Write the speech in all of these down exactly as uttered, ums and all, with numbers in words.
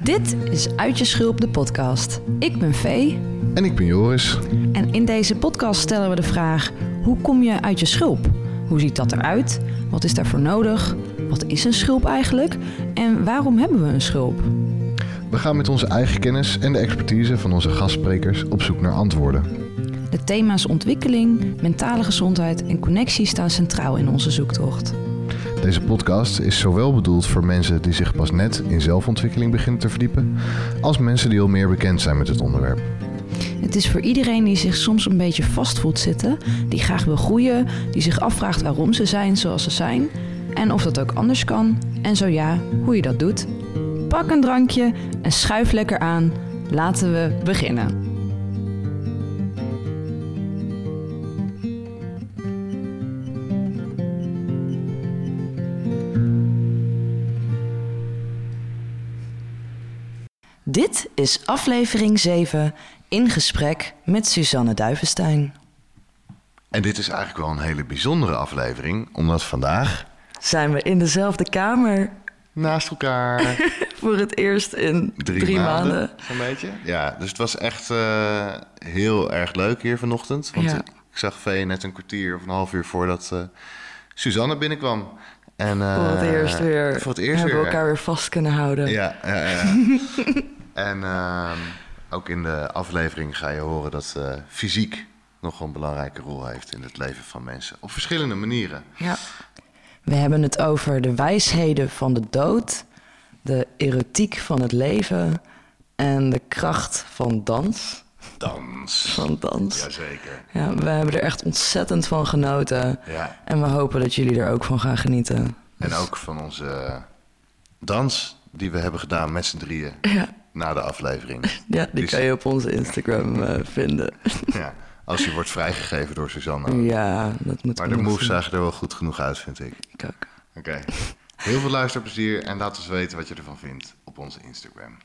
Dit is Uit je Schulp, de podcast. Ik ben Vee. En ik ben Joris. En in deze podcast stellen we de vraag: hoe kom je uit je schulp? Hoe ziet dat eruit? Wat is daarvoor nodig? Wat is een schulp eigenlijk? En waarom hebben we een schulp? We gaan met onze eigen kennis en de expertise van onze gastsprekers op zoek naar antwoorden. De thema's ontwikkeling, mentale gezondheid en connectie staan centraal in onze zoektocht. Deze podcast is zowel bedoeld voor mensen die zich pas net in zelfontwikkeling beginnen te verdiepen, als mensen die al meer bekend zijn met het onderwerp. Het is voor iedereen die zich soms een beetje vast voelt zitten, die graag wil groeien, die zich afvraagt waarom ze zijn zoals ze zijn en of dat ook anders kan en zo ja, hoe je dat doet. Pak een drankje en schuif lekker aan. Laten we beginnen. Dit is aflevering zeven in gesprek met Suzanne Duivenstein. En dit is eigenlijk wel een hele bijzondere aflevering, omdat vandaag zijn we in dezelfde kamer. Naast elkaar. Voor het eerst in drie, drie maanden. maanden. Zo'n beetje. Ja, dus het was echt uh, heel erg leuk hier vanochtend. Want ja. ik zag Vee net een kwartier of een half uur voordat uh, Suzanne binnenkwam. En, uh, voor het eerst weer. Voor het eerst hebben we weer, elkaar weer vast kunnen houden. Ja, ja, ja. En uh, ook in de aflevering ga je horen dat uh, fysiek nog een belangrijke rol heeft in het leven van mensen. Op verschillende manieren. Ja. We hebben het over de wijsheden van de dood, de erotiek van het leven en de kracht van dans. Dans. Van dans. Jazeker. Ja, we hebben er echt ontzettend van genoten. Ja. En we hopen dat jullie er ook van gaan genieten. En ook van onze dans die we hebben gedaan met z'n drieën. Ja. Na de aflevering. Ja, die dus kan je op onze Instagram uh, vinden. Ja, als die wordt vrijgegeven door Suzanne. Ja, dat moet. Maar de moves zagen er wel goed genoeg uit, vind ik. Ik ook. Oké. Okay. Heel veel luisterplezier en laat ons weten wat je ervan vindt op onze Instagram.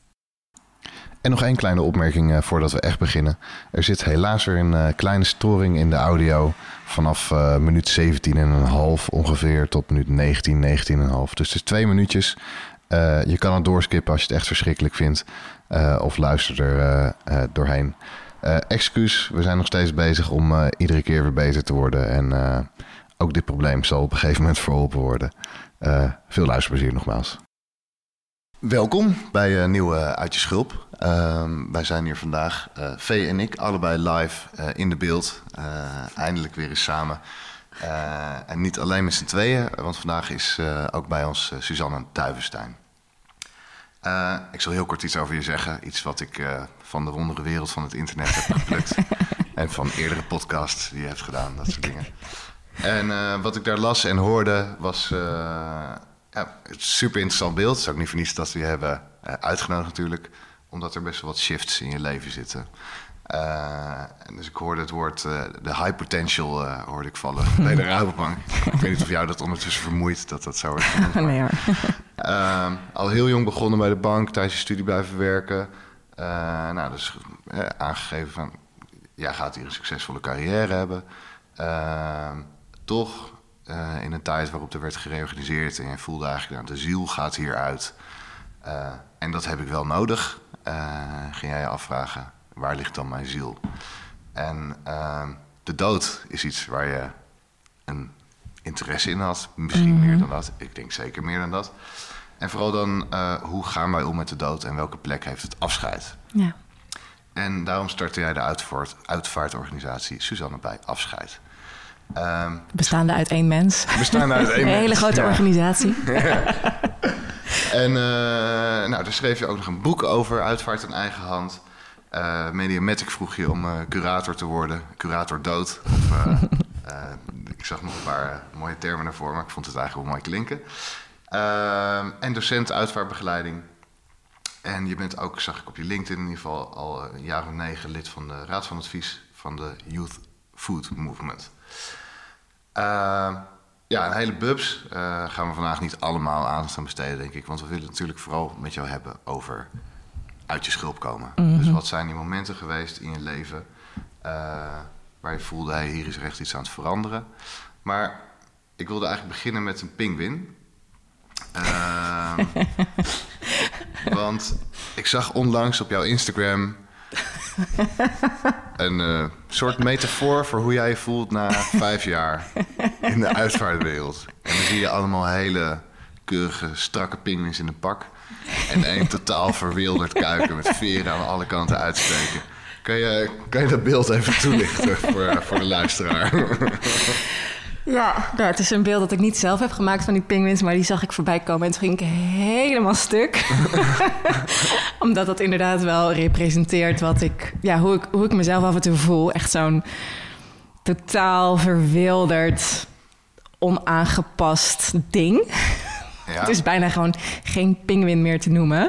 En nog één kleine opmerking uh, voordat we echt beginnen. Er zit helaas weer een uh, kleine storing in de audio vanaf uh, minuut zeventien en een half ongeveer tot minuut negentien, negentien en een half. Dus het is twee minuutjes. Uh, je kan het doorskippen als je het echt verschrikkelijk vindt. Uh, of luister er uh, uh, doorheen. Uh, excuus, we zijn nog steeds bezig om uh, iedere keer weer beter te worden. En uh, ook dit probleem zal op een gegeven moment verholpen worden. Uh, veel luisterplezier nogmaals. Welkom bij een nieuwe Uit je Schulp. Uh, wij zijn hier vandaag, uh, Vee en ik, allebei live uh, in de beeld. Uh, eindelijk weer eens samen. Uh, en niet alleen met z'n tweeën, want vandaag is uh, ook bij ons uh, Suzanne Duivenstein. Uh, ik zal heel kort iets over je zeggen. Iets wat ik uh, van de wondere wereld van het internet heb geplukt. En van eerdere podcasts die je hebt gedaan, dat soort dingen. En uh, wat ik daar las en hoorde was uh, ja, een super interessant beeld. Het is ook niet voor niets dat we je hebben uh, uitgenodigd natuurlijk. Omdat er best wel wat shifts in je leven zitten. Uh, en dus ik hoorde het woord, uh, de high potential uh, hoorde ik vallen bij de Rabobank. Ik weet niet of jou dat ondertussen vermoeit dat dat zo wordt genoemd. Nee hoor. Uh, al heel jong begonnen bij de bank, tijdens je studie blijven werken. Uh, nou, dus uh, aangegeven van, jij gaat hier een succesvolle carrière hebben. Uh, toch, uh, in een tijd waarop er werd gereorganiseerd en je voelde eigenlijk, nou, de ziel gaat hieruit. Uh, en dat heb ik wel nodig, uh, ging jij je afvragen. Waar ligt dan mijn ziel? En uh, de dood is iets waar je een interesse in had. Misschien mm-hmm. meer dan dat. Ik denk zeker meer dan dat. En vooral dan, uh, hoe gaan wij om met de dood en welke plek heeft het afscheid? Ja. En daarom startte jij de uitvaart, uitvaartorganisatie Suzanne bij Afscheid. Um, bestaande uit één mens. Bestaande uit één een mens. Een hele grote ja. organisatie. Ja. En uh, nou, daar schreef je ook nog een boek over, Uitvaart in eigen hand. Uh, Mediamatic vroeg je om uh, curator te worden. Curator dood. Of, uh, uh, ik zag nog een paar uh, mooie termen naar voren, maar ik vond het eigenlijk wel mooi klinken. Uh, en docent uitvaartbegeleiding. En je bent ook, zag ik op je LinkedIn in ieder geval, al een jaar of negen lid van de Raad van Advies van de Youth Food Movement. Uh, ja, een hele bubs. Uh, gaan we vandaag niet allemaal aandacht aan besteden, denk ik. Want we willen natuurlijk vooral met jou hebben over uit je schulp komen. Mm-hmm. Dus wat zijn die momenten geweest in je leven uh, waar je voelde, hey, hier is er echt iets aan het veranderen. Maar ik wilde eigenlijk beginnen met een pinguïn. Uh, Want ik zag onlangs op jouw Instagram een uh, soort metafoor voor hoe jij je voelt na vijf jaar in de uitvaartwereld. En dan zie je allemaal hele keurige, strakke pinguïns in een pak. En een totaal verwilderd kuiken met veren aan alle kanten uitsteken. Kan je, kan je dat beeld even toelichten voor, voor de luisteraar? Ja, nou, het is een beeld dat ik niet zelf heb gemaakt van die pinguïns, maar die zag ik voorbij komen en toen ging ik helemaal stuk. Omdat dat inderdaad wel representeert wat ik, ja, hoe ik, hoe ik mezelf af en toe voel. Echt zo'n totaal verwilderd, onaangepast ding. Ja. Het is bijna gewoon geen pinguïn meer te noemen.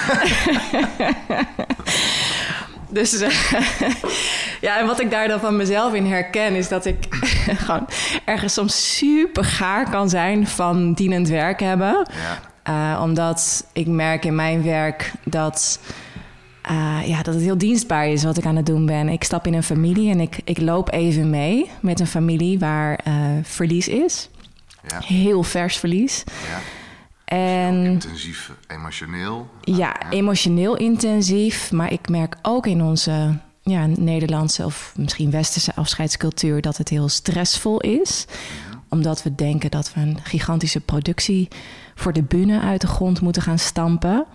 Dus uh, ja, en wat ik daar dan van mezelf in herken, is dat ik gewoon ergens soms super gaar kan zijn van dienend werk hebben. Ja. Uh, omdat ik merk in mijn werk dat, uh, ja, dat het heel dienstbaar is wat ik aan het doen ben. Ik stap in een familie en ik, ik loop even mee met een familie waar uh, verlies is. Ja. Heel vers verlies. Ja. En, intensief, emotioneel. Ja, ja, emotioneel intensief. Maar ik merk ook in onze ja, Nederlandse of misschien westerse afscheidscultuur dat het heel stressvol is. Ja. Omdat we denken dat we een gigantische productie voor de bühne uit de grond moeten gaan stampen.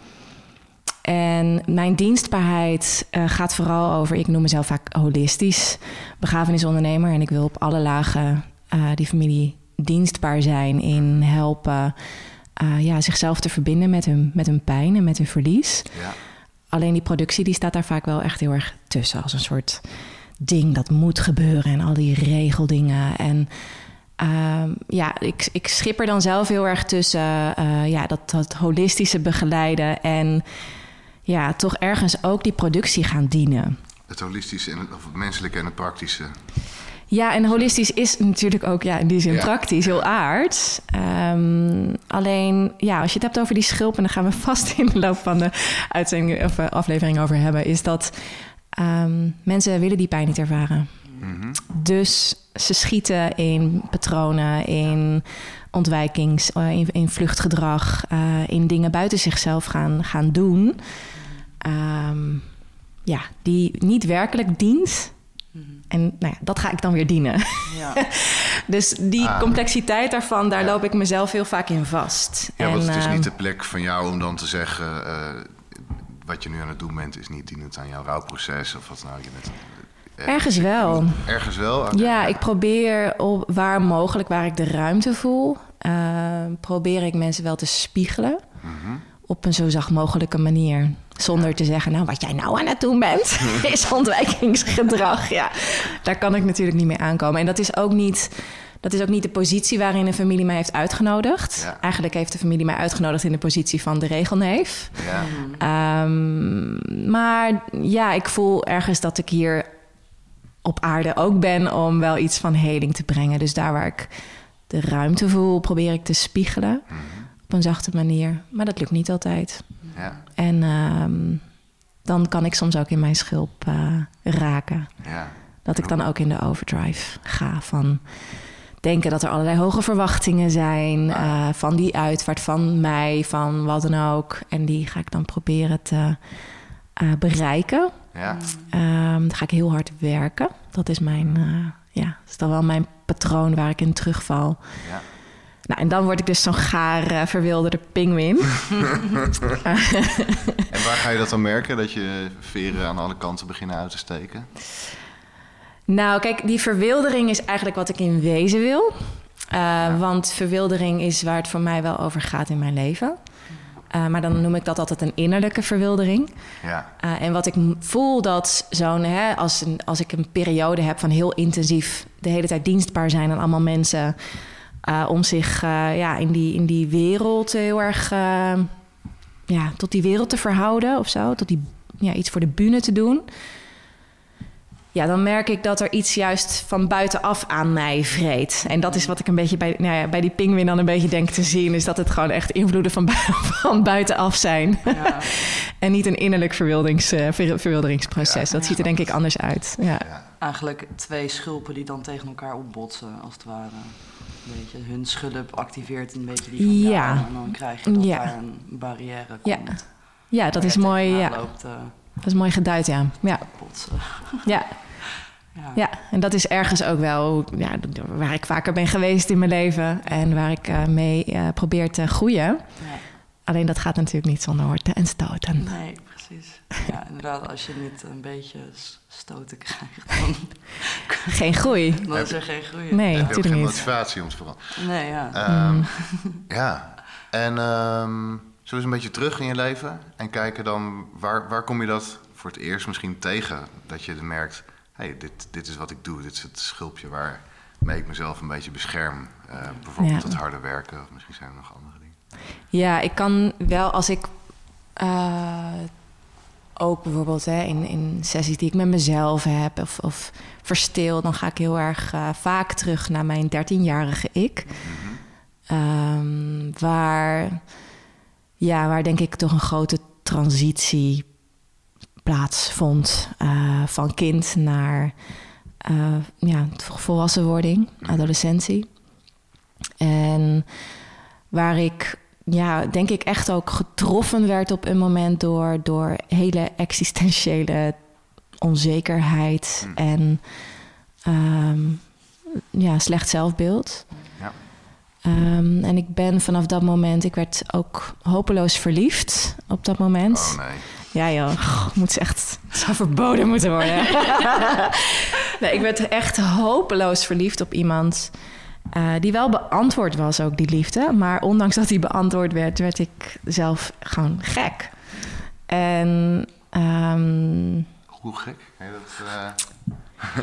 En mijn dienstbaarheid uh, gaat vooral over, ik noem mezelf vaak holistisch begrafenisondernemer. En ik wil op alle lagen uh, die familie dienstbaar zijn in helpen Uh, ja, zichzelf te verbinden met hun, met hun pijn en met hun verlies. Ja. Alleen die productie die staat daar vaak wel echt heel erg tussen. Als een soort ding dat moet gebeuren en al die regeldingen. En uh, ja, ik, ik schip er dan zelf heel erg tussen uh, ja, dat, dat holistische begeleiden en ja, toch ergens ook die productie gaan dienen. Het holistische en het, of het menselijke en het praktische. Ja, en holistisch is natuurlijk ook ja, in die zin ja. praktisch, heel aards. Um, alleen, ja, als je het hebt over die schulp, en daar gaan we vast in de loop van de uitzending of aflevering over hebben, is dat um, mensen willen die pijn niet ervaren. Mm-hmm. Dus ze schieten in patronen, in ontwijkings, in, in vluchtgedrag, uh, in dingen buiten zichzelf gaan, gaan doen. Um, ja, die niet werkelijk dient. En nou ja, dat ga ik dan weer dienen. Ja. Dus die ah. complexiteit daarvan, daar ja. loop ik mezelf heel vaak in vast. Ja, en, want het is uh, niet de plek van jou om dan te zeggen Uh, wat je nu aan het doen bent is niet dienend aan jouw rouwproces of wat nou je net. Uh, ergens wel. Ergens wel? Okay. Ja, ik probeer op waar mogelijk, waar ik de ruimte voel, uh, probeer ik mensen wel te spiegelen. Mm-hmm. Op een zo zacht mogelijke manier. Zonder te zeggen, nou, wat jij nou aan het doen bent, is ontwijkingsgedrag. Ja, daar kan ik natuurlijk niet mee aankomen. En dat is ook niet, dat is ook niet de positie waarin een familie mij heeft uitgenodigd. Ja. Eigenlijk heeft de familie mij uitgenodigd in de positie van de regelneef. Ja. Um, maar ja, ik voel ergens dat ik hier op aarde ook ben om wel iets van heling te brengen. Dus daar waar ik de ruimte voel, probeer ik te spiegelen. Mm-hmm. Op een zachte manier. Maar dat lukt niet altijd. Ja. En um, dan kan ik soms ook in mijn schulp uh, raken. Ja. Dat ik dan ook in de overdrive ga van denken dat er allerlei hoge verwachtingen zijn. Uh, van die uitvaart, van mij, van wat dan ook. En die ga ik dan proberen te uh, bereiken. Ja. Um, dan ga ik heel hard werken. Dat is mijn, uh, ja, dat is dan wel mijn patroon waar ik in terugval. Ja. Nou, en dan word ik dus zo'n gaar uh, verwilderde pinguïn. En waar ga je dat dan merken? Dat je veren aan alle kanten beginnen uit te steken? Nou, kijk, die verwildering is eigenlijk wat ik in wezen wil. Uh, ja. Want verwildering is waar het voor mij wel over gaat in mijn leven. Uh, maar dan noem ik dat altijd een innerlijke verwildering. Ja. Uh, en wat ik voel dat zo'n, hè, als, een, als ik een periode heb van heel intensief de hele tijd dienstbaar zijn aan allemaal mensen, Uh, om zich uh, ja, in, die, in die wereld heel erg uh, ja, tot die wereld te verhouden of zo. Tot die, ja, iets voor de bühne te doen. Ja, dan merk ik dat er iets juist van buitenaf aan mij vreet. En dat is wat ik een beetje bij, nou ja, bij die pinguïn dan een beetje denk te zien. Is dat het gewoon echt invloeden van, bu- van buitenaf zijn. Ja. En niet een innerlijk verwilderings, uh, ver- verwilderingsproces. Ja. Dat ziet er denk ik anders uit. Ja. Ja. Eigenlijk twee schulpen die dan tegen elkaar opbotsen, als het ware. Weet je, hun schulp activeert een beetje die van jou. Ja. En dan krijg je dat ja. daar een barrière komt. Ja. ja, dat is mooi. Ja. Loopt, uh, dat is mooi geduid, ja. Ja. Botsen. Ja. Ja. ja, en dat is ergens ook wel ja, waar ik vaker ben geweest in mijn leven en waar ik uh, mee uh, probeer te groeien. Ja. Alleen dat gaat natuurlijk niet zonder horten en stoten. Nee, precies. Ja, inderdaad, als je niet een beetje stoten krijgt, dan... Geen groei. Dan is er geen groei. Nee, heb je ook geen niet. motivatie om te veranderen. Nee, ja. Um, mm. Ja, en um, zullen we eens een beetje terug in je leven en kijken dan, waar, waar kom je dat voor het eerst misschien tegen? Dat je merkt, hé, hey, dit, dit is wat ik doe, dit is het schulpje waarmee ik mezelf een beetje bescherm. Uh, bijvoorbeeld ja. het harde werken, of misschien zijn er nog andere dingen. Ja, ik kan wel als ik uh, ook bijvoorbeeld hè, in, in sessies die ik met mezelf heb of, of verstil, dan ga ik heel erg uh, vaak terug naar mijn dertienjarige ik. Mm-hmm. Um, waar, ja, waar denk ik toch een grote transitie plaatsvond uh, van kind naar uh, ja, volwassenwording, adolescentie. En waar ik, ja, denk ik echt ook getroffen werd op een moment door, door hele existentiële onzekerheid mm. en um, ja, slecht zelfbeeld. Ja. Um, en ik ben vanaf dat moment, ik werd ook hopeloos verliefd op dat moment. Oh nee. Ja joh, oh, moet ze echt, het zou verboden moeten worden. Nee, ik werd echt hopeloos verliefd op iemand uh, die wel beantwoord was, ook die liefde. Maar ondanks dat die beantwoord werd, werd ik zelf gewoon gek. En um, hoe gek? Nee, dat, uh...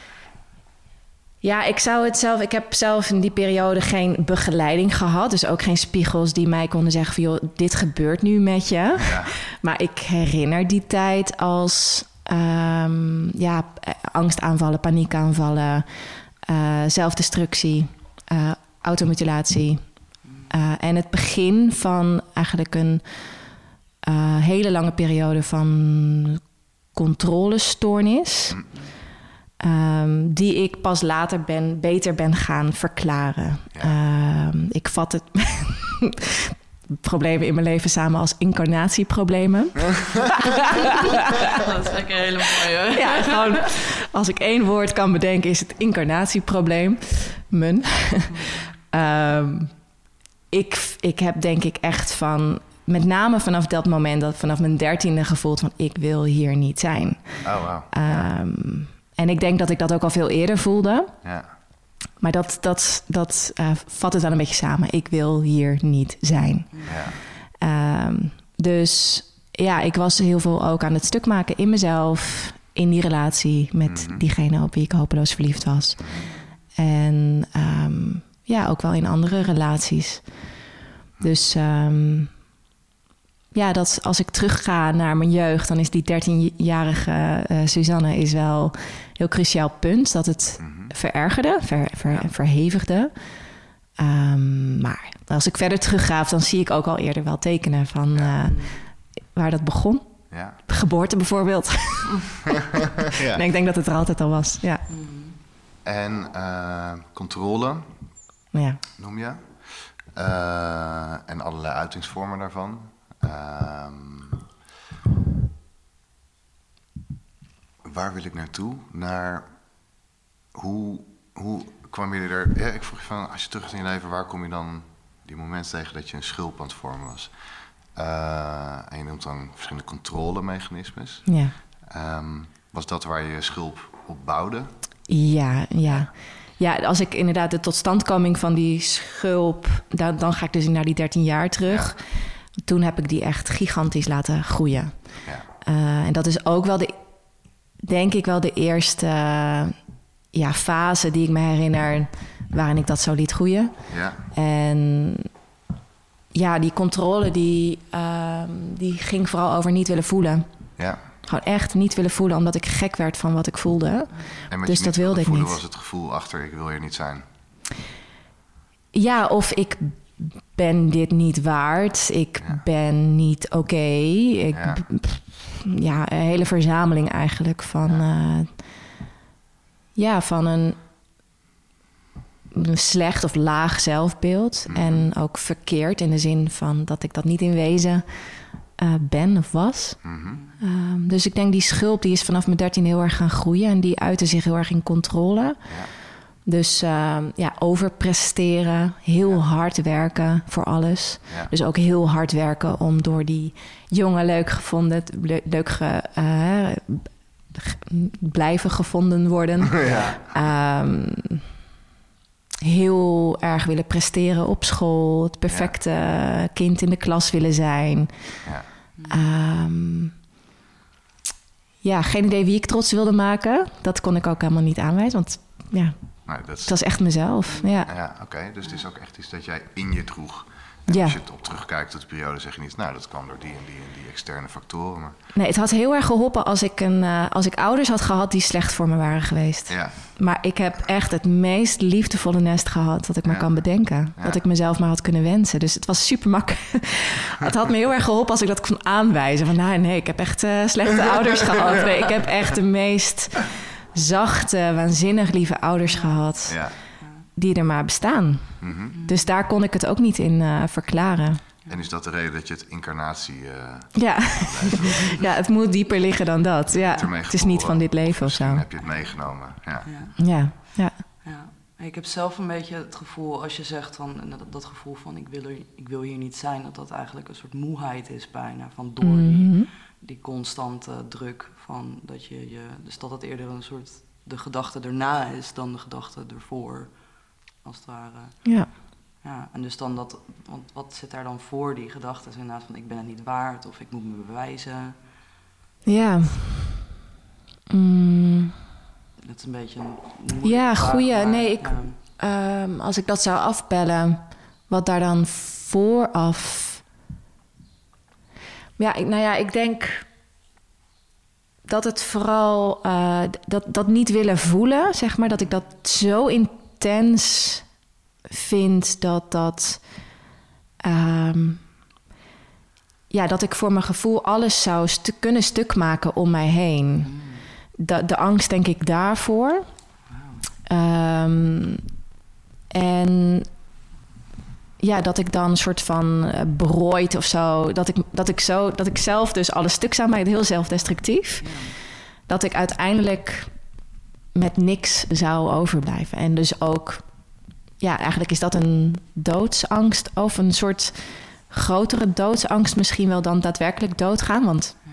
ja, ik zou het zelf. Ik heb zelf in die periode geen begeleiding gehad. Dus ook geen spiegels die mij konden zeggen van joh, dit gebeurt nu met je. Ja. Maar ik herinner die tijd als um, ja, angstaanvallen, paniekaanvallen, uh, zelfdestructie, uh, automutilatie. Uh, en het begin van eigenlijk een uh, hele lange periode van controlestoornis. Um, die ik pas later ben, beter ben gaan verklaren. Ja. Um, ik vat het problemen in mijn leven samen als incarnatieproblemen. Dat is lekker hele mooie. Ja, gewoon als ik één woord kan bedenken is het incarnatieprobleem. Mun. um, ik, ik heb denk ik echt van, met name vanaf dat moment, dat vanaf mijn dertiende gevoeld van ik wil hier niet zijn. Oh, wow. Um, En ik denk dat ik dat ook al veel eerder voelde. Ja. Maar dat, dat, dat uh, vat het dan een beetje samen. Ik wil hier niet zijn. Ja. Um, dus ja, ik was heel veel ook aan het stuk maken in mezelf. In die relatie met mm-hmm. diegene op wie ik hopeloos verliefd was. En um, ja, ook wel in andere relaties. Dus um, ja, dat als ik terugga naar mijn jeugd, dan is die dertienjarige uh, Suzanne is wel een heel cruciaal punt. Dat het mm-hmm. verergerde, ver, ver, ja. verhevigde. Um, maar als ik verder terugga, dan zie ik ook al eerder wel tekenen van ja. uh, waar dat begon. Ja. Geboorte bijvoorbeeld. Ja. Nee, ik denk dat het er altijd al was. Ja. En uh, controle, ja. noem je. Uh, en allerlei uitingsvormen daarvan. Um, waar wil ik naartoe? Naar hoe, hoe kwam je er... Ja, ik vroeg je van, als je terug is in je leven, waar kom je dan die moment tegen dat je een schulp aan het vormen was? Uh, en je noemt dan verschillende controlemechanismes. Ja. Um, was dat waar je schulp op bouwde? Ja, ja. Ja, als ik inderdaad de totstandkoming van die schulp, dan, dan ga ik dus naar die dertien jaar terug. Ja. Toen heb ik die echt gigantisch laten groeien. Ja. Uh, en dat is ook wel de, denk ik wel de eerste uh, ja, fase die ik me herinner waarin ik dat zo liet groeien. Ja. En ja, die controle die, uh, die ging vooral over niet willen voelen. Ja. Gewoon echt niet willen voelen, omdat ik gek werd van wat ik voelde. En met dus je dat niet wilde ik voelen niet. Was het gevoel achter, ik wil hier niet zijn? Ja, of ik ben dit niet waard. Ik ja. ben niet oké. Okay. Ik ja. ja, een hele verzameling eigenlijk van... Ja, uh, ja van een, een slecht of laag zelfbeeld. Mm. En ook verkeerd in de zin van dat ik dat niet in wezen uh, ben of was. Mm-hmm. Um, dus ik denk die schulp die is vanaf mijn dertien heel erg gaan groeien. En die uitte zich heel erg in controle. Ja. Dus uh, ja, overpresteren, heel ja. hard werken voor alles. Ja. Dus ook heel hard werken om door die jongen leuk gevonden, le- leuk ge, uh, ge, blijven gevonden worden. Ja. Um, heel erg willen presteren op school, het perfecte ja. kind in de klas willen zijn. Ja. Um, ja, geen idee wie ik trots wilde maken. Dat kon ik ook helemaal niet aanwijzen, want ja. Nou, dat is... Het was echt mezelf, ja. Ja, oké. Okay. Dus het is ook echt iets dat jij in je droeg. En ja. als je het op terugkijkt tot de periode, zeg je niet... nou, dat kwam door die en die en die externe factoren. Maar... Nee, het had heel erg geholpen als ik, een, uh, als ik ouders had gehad... die slecht voor me waren geweest. Ja. Maar ik heb echt het meest liefdevolle nest gehad... dat ik maar ja. kan bedenken. Ja. Dat ik mezelf maar had kunnen wensen. Dus het was super makkelijk. Het had me heel erg geholpen als ik dat kon aanwijzen. Van, nou, nee, ik heb echt uh, slechte ouders gehad. Nee, ik heb echt de meest... zachte, waanzinnig lieve ouders gehad... Ja. die er maar bestaan. Mm-hmm. Dus daar kon ik het ook niet in uh, verklaren. En is dat de reden dat je het incarnatie... Uh, ja. ja, het moet dieper liggen dan dat. Ja. Het is niet van dit leven of zo. Misschien heb je het meegenomen. Ja. Ja. Ja. Ja. Ja. Ik heb zelf een beetje het gevoel, als je zegt van dat, dat gevoel van ik wil, er, ik wil hier niet zijn... dat dat eigenlijk een soort moeheid is bijna, van door mm-hmm. die... die constante druk van dat je je... Dus dat het eerder een soort de gedachte erna is dan de gedachte ervoor, als het ware. Ja. Ja, en dus dan dat... Want wat zit daar dan voor, die gedachte? Is inderdaad van ik ben het niet waard of ik moet me bewijzen. Ja. Mm. Dat is een beetje een... Ja, goeie. Maar, nee, ik... Ja. Um, als ik dat zou afbellen, wat daar dan vooraf... Ja, ik, nou ja, ik denk dat het vooral uh, dat, dat niet willen voelen, zeg maar, dat ik dat zo intens vind dat dat, um, ja, dat ik voor mijn gevoel alles zou stu- kunnen stuk maken om mij heen. De, de angst, denk ik, daarvoor. Um, en ja, dat ik dan een soort van uh, berooid of zo... Dat ik, dat, ik zo... dat ik zelf dus alles stuk zou maken, heel zelfdestructief. Ja. Dat ik uiteindelijk met niks zou overblijven. En dus ook... Ja, eigenlijk is dat een doodsangst... of een soort grotere doodsangst misschien wel dan daadwerkelijk doodgaan. Want ja.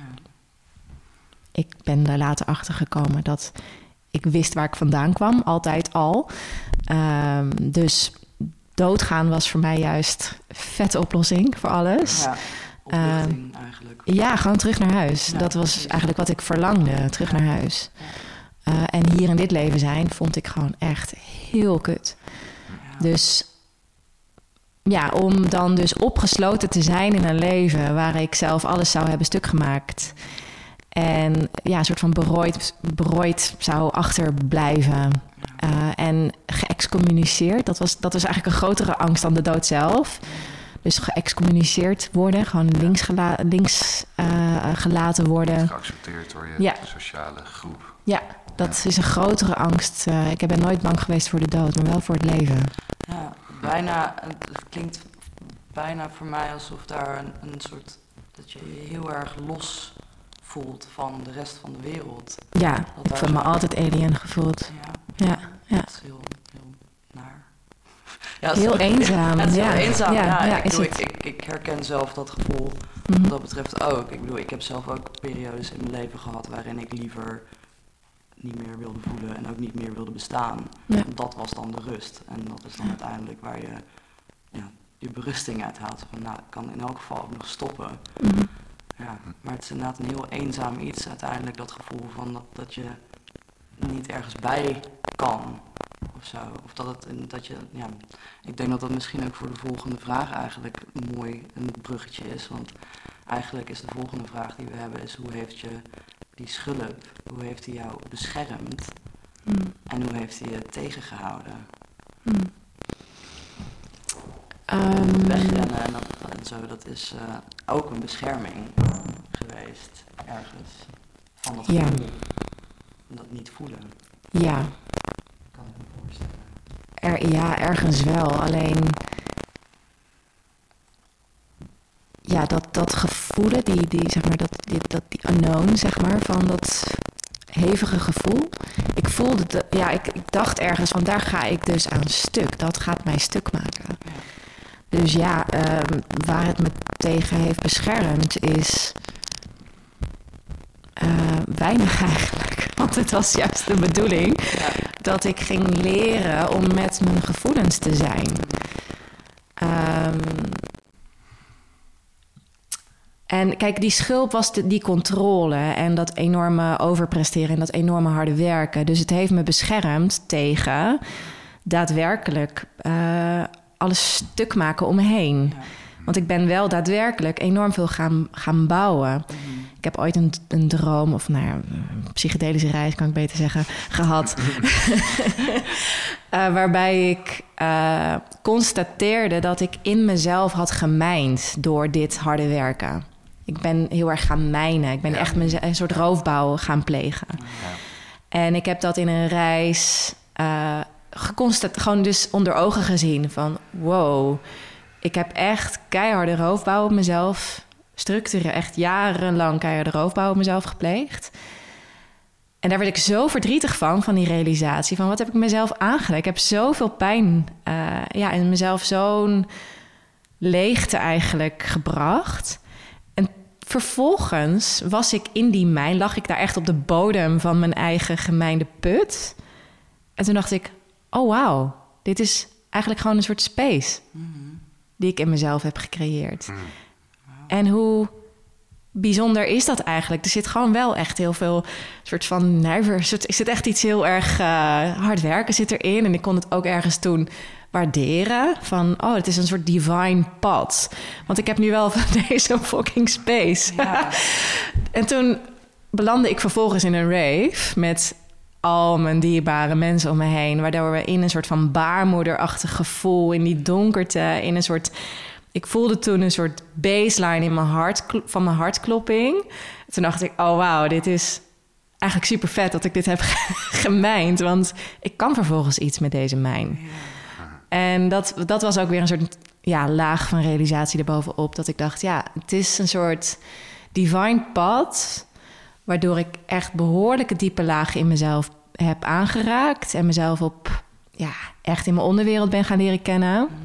ik ben er later achter gekomen dat ik wist waar ik vandaan kwam. Altijd al. Um, dus... Doodgaan was voor mij juist een vette oplossing voor alles. Ja, opluchting uh, eigenlijk. Ja, gewoon terug naar huis. Ja, dat was precies. Eigenlijk wat ik verlangde, terug ja. naar huis. Ja. Uh, en hier in dit leven zijn vond ik gewoon echt heel kut. Ja. Dus ja, om dan dus opgesloten te zijn in een leven... waar ik zelf alles zou hebben stuk gemaakt... en ja, een soort van berooid, berooid zou achterblijven... Uh, en geëxcommuniceerd. Dat was, dat was eigenlijk een grotere angst dan de dood zelf. Dus geëxcommuniceerd worden. Gewoon links, gela- links uh, gelaten worden. Geaccepteerd door je ja. sociale groep. Ja, dat ja. is een grotere angst. Uh, ik ben nooit bang geweest voor de dood, maar wel voor het leven. Ja, bijna... Het klinkt bijna voor mij alsof daar een, een soort... dat je je heel erg los voelt van de rest van de wereld. Ja, dat ik heb me altijd alien gevoeld. Ja. Ja, ja. Dat is heel, heel naar. Ja, heel ook, eenzaam. Het is ja. heel eenzaam, ja. ja. ja ik, bedoel, ik, ik, ik herken zelf dat gevoel mm-hmm. wat dat betreft ook. Ik bedoel, ik heb zelf ook periodes in mijn leven gehad waarin ik liever niet meer wilde voelen en ook niet meer wilde bestaan. Ja. En dat was dan de rust. En dat is dan uiteindelijk waar je ja, je berusting uit haalt. Van, nou, ik kan in elk geval ook nog stoppen. Mm-hmm. Ja, maar het is inderdaad een heel eenzaam iets uiteindelijk, dat gevoel van dat, dat je niet ergens bij kan of zo. Of dat het, dat je, ja, ik denk dat dat misschien ook voor de volgende vraag eigenlijk mooi een bruggetje is. Want eigenlijk is de volgende vraag die we hebben is: hoe heeft je die schulp, hoe heeft hij jou beschermd? Mm. En hoe heeft hij je tegengehouden? Mm. Um. Wegrennen en, dat, en zo, dat is uh, ook een bescherming geweest ergens van dat ja. gevoel. Dat niet voelen. Ja. Kan ik me voorstellen. Er, ja, ergens wel. Alleen... ja, dat, dat gevoelen, die, die, zeg maar, dat, die, dat, die unknown, zeg maar, van dat hevige gevoel. Ik voelde, de, ja, ik, ik dacht ergens van, daar ga ik dus aan stuk. Dat gaat mij stuk maken. Ja. Dus ja, um, waar het me tegen heeft beschermd is uh, weinig eigenlijk. Want het was juist de bedoeling Ja. dat ik ging leren om met mijn gevoelens te zijn. Um, en kijk, die schulp was de, die controle en dat enorme overpresteren en dat enorme harde werken. Dus het heeft me beschermd tegen daadwerkelijk uh, alles stuk maken om me heen. Ja. Want ik ben wel daadwerkelijk enorm veel gaan, gaan bouwen. Mm-hmm. Ik heb ooit een, een droom, of nou ja, een psychedelische reis kan ik beter zeggen, gehad. uh, waarbij ik uh, constateerde dat ik in mezelf had gemijnd door dit harde werken. Ik ben heel erg gaan mijnen. Ik ben Ja. echt meze- een soort roofbouw gaan plegen. Ja. En ik heb dat in een reis uh, geconstateerd, gewoon dus onder ogen gezien van wow, ik heb echt keiharde roofbouw op mezelf, structureel, echt jarenlang keiharde roofbouw op mezelf gepleegd. En daar werd ik zo verdrietig van, van die realisatie van wat heb ik mezelf aangedaan. Ik heb zoveel pijn uh, ja, in mezelf zo'n leegte eigenlijk gebracht. En vervolgens was ik in die mijn, lag ik daar echt op de bodem van mijn eigen gemijnde put. En toen dacht ik, oh wauw, dit is eigenlijk gewoon een soort space Mm-hmm. die ik in mezelf heb gecreëerd. Mm. En hoe bijzonder is dat eigenlijk? Er zit gewoon wel echt heel veel soort van nijver. Er zit echt iets heel erg uh, hard werken zit erin. En ik kon het ook ergens toen waarderen. Van, oh, het is een soort divine pad. Want ik heb nu wel van deze fucking space. Ja. En toen belandde ik vervolgens in een rave met al mijn dierbare mensen om me heen, waardoor we in een soort van baarmoederachtig gevoel, in die donkerte, in een soort... Ik voelde toen een soort baseline in mijn hart, van mijn hartklopping. Toen dacht ik, oh wauw, dit is eigenlijk super vet dat ik dit heb gemijnd. Want ik kan vervolgens iets met deze mijn. Ja. En dat, dat was ook weer een soort ja, laag van realisatie erbovenop. Dat ik dacht, ja, het is een soort divine pad, waardoor ik echt behoorlijke diepe lagen in mezelf heb aangeraakt. En mezelf op, ja, echt in mijn onderwereld ben gaan leren kennen. Mm.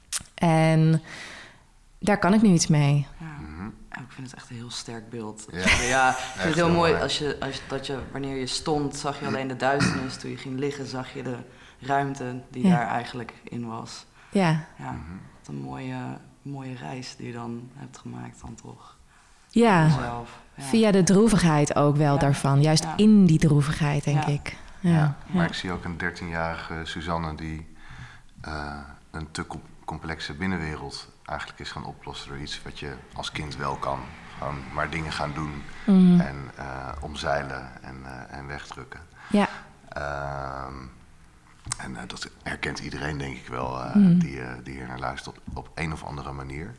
En daar kan ik nu iets mee. Ja. Mhm. Ja, ik vind het echt een heel sterk beeld. Ja. Ja, ik vind Echt het heel heel mooi. mooi. Als je, als je, dat je, wanneer je stond, zag je alleen de duisternis. Toen je ging liggen, zag je de ruimte die Ja. daar eigenlijk in was. Ja, Ja, Mhm. wat een mooie, mooie reis die je dan hebt gemaakt dan toch. ja. Jezelf. Ja. Via de droevigheid ook wel Ja. daarvan. Juist Ja. in die droevigheid, denk Ja. ik. Ja. Ja, maar Ja. ik zie ook een dertienjarige Suzanne die uh, een te com- complexe binnenwereld eigenlijk is gaan oplossen door iets wat je als kind wel kan. Gewoon maar dingen gaan doen Mhm. en uh, omzeilen en, uh, en wegdrukken. Ja. Uh, en uh, dat herkent iedereen, denk ik wel, uh, Mhm. die, uh, die hier naar luistert op, op een of andere manier.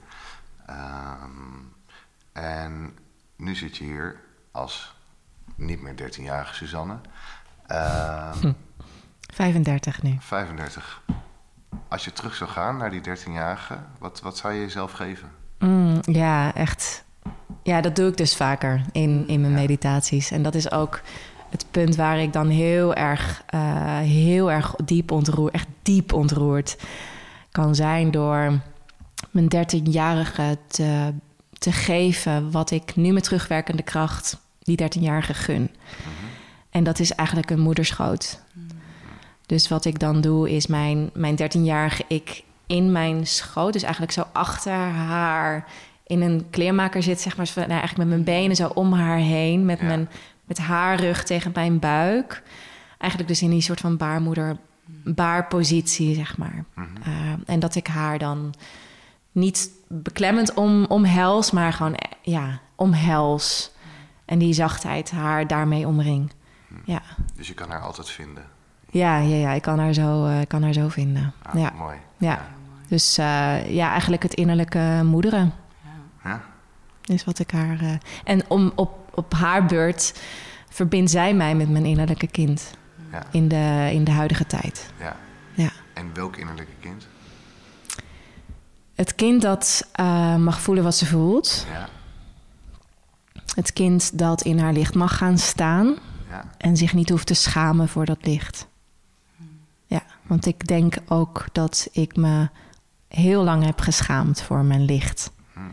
Um, en nu zit je hier als niet meer dertienjarige Suzanne. Uh, Hm. vijfendertig nu. vijfendertig. Als je terug zou gaan naar die dertienjarige, wat, wat zou je jezelf geven? Mm, ja, echt. Ja, dat doe ik dus vaker in, in mijn Ja. meditaties. En dat is ook het punt waar ik dan heel erg, uh, heel erg diep ontroerd, echt diep ontroerd kan zijn door mijn dertienjarige te, te geven wat ik nu met terugwerkende kracht die dertienjarige gun. Mm-hmm. En dat is eigenlijk een moederschoot. Dus wat ik dan doe is mijn, mijn dertienjarige ik in mijn schoot, dus eigenlijk zo achter haar in een kleermaker zit, zeg maar, nou, eigenlijk met mijn benen zo om haar heen, met, Ja. mijn, met haar rug tegen mijn buik. Eigenlijk dus in die soort van baarmoeder, baarpositie, zeg maar. Mm-hmm. Uh, en dat ik haar dan niet beklemmend om, omhels, maar gewoon, eh, ja, omhels. En die zachtheid haar daarmee omring. Ja. Dus je kan haar altijd vinden. Ja, ja, ja, ik kan haar zo, uh, kan haar zo vinden. Ah, ja. Mooi. Ja. Heel mooi. Dus uh, ja, eigenlijk het innerlijke moederen Ja. Ja? is wat ik haar... Uh, en om, op, op haar beurt verbindt zij mij met mijn innerlijke kind Ja. in de, in de huidige tijd. Ja. Ja. En welk innerlijke kind? Het kind dat uh, mag voelen wat ze voelt. Ja. Het kind dat in haar licht mag gaan staan. Ja. En zich niet hoeft te schamen voor dat licht. Ja, want ik denk ook dat ik me heel lang heb geschaamd voor mijn licht. Hmm.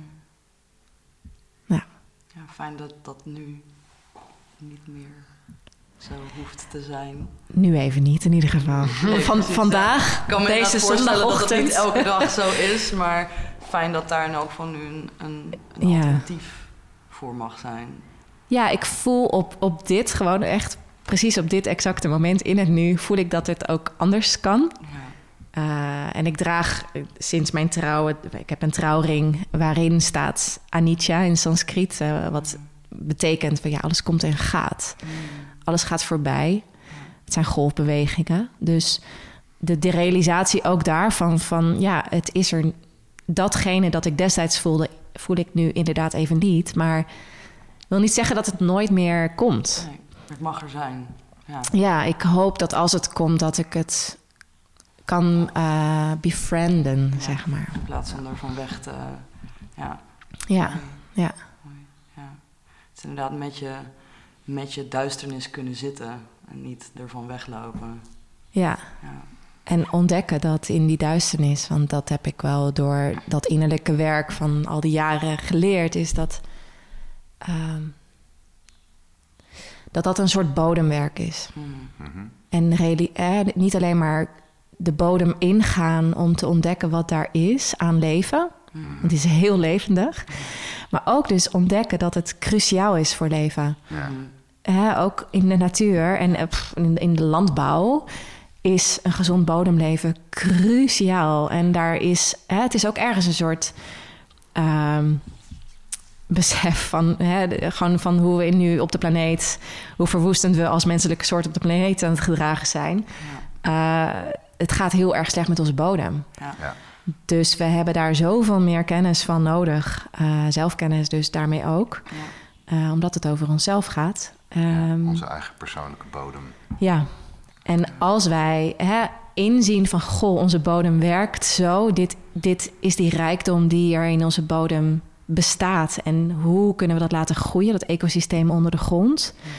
Ja. Ja, fijn dat dat nu niet meer zo hoeft te zijn. Nu even niet, in ieder geval. Nee, Van, precies, vandaag, ja. Ik kan me deze inderdaad voorstellen dat het niet zondagochtend. elke dag zo is, maar fijn dat daar in elk geval nu een, een, een Ja. alternatief voor mag zijn. Ja, ik voel op, op dit gewoon echt precies op dit exacte moment in het nu voel ik dat het ook anders kan. Ja. Uh, en ik draag uh, sinds mijn trouwen, ik heb een trouwring waarin staat Anicca in Sanskriet, uh, wat betekent van ja, alles komt en gaat. Mm. Alles gaat voorbij. Het zijn golfbewegingen. Dus de, de realisatie ook daarvan van ja, het is er. Datgene dat ik destijds voelde, voel ik nu inderdaad even niet. Maar wil niet zeggen dat het nooit meer komt. Nee, het mag er zijn. Ja. Ja, ik hoop dat als het komt, dat ik het kan uh, befrienden, Ja. zeg maar. In plaats van ervan weg te... Ja. Ja, Mooi. ja. Mooi. Ja. Het is inderdaad met je, met je duisternis kunnen zitten en niet ervan weglopen. Ja. Ja. En ontdekken dat in die duisternis, want dat heb ik wel door dat innerlijke werk van al die jaren geleerd, is dat um, dat dat een soort bodemwerk is. Mm. Mm-hmm. En reali- eh, niet alleen maar de bodem ingaan om te ontdekken wat daar is aan leven, Mm. want die is heel levendig, maar ook dus ontdekken dat het cruciaal is voor leven. Ja. Mm. Hè, ook in de natuur en uh, pff, in, in de landbouw is een gezond bodemleven cruciaal. En daar is, hè, het is ook ergens een soort um, besef van, hè, de, gewoon van hoe we nu op de planeet, hoe verwoestend we als menselijke soort op de planeet aan het gedragen zijn. Ja. Uh, het gaat heel erg slecht met onze bodem. Ja. Ja. Dus we hebben daar zoveel meer kennis van nodig. Uh, zelfkennis dus daarmee ook. Ja. Uh, omdat het over onszelf gaat. Ja, Um, onze eigen persoonlijke bodem. Ja, en als wij hè, inzien van goh, onze bodem werkt zo. Dit, dit is die rijkdom die er in onze bodem bestaat. En hoe kunnen we dat laten groeien, dat ecosysteem onder de grond? Mm.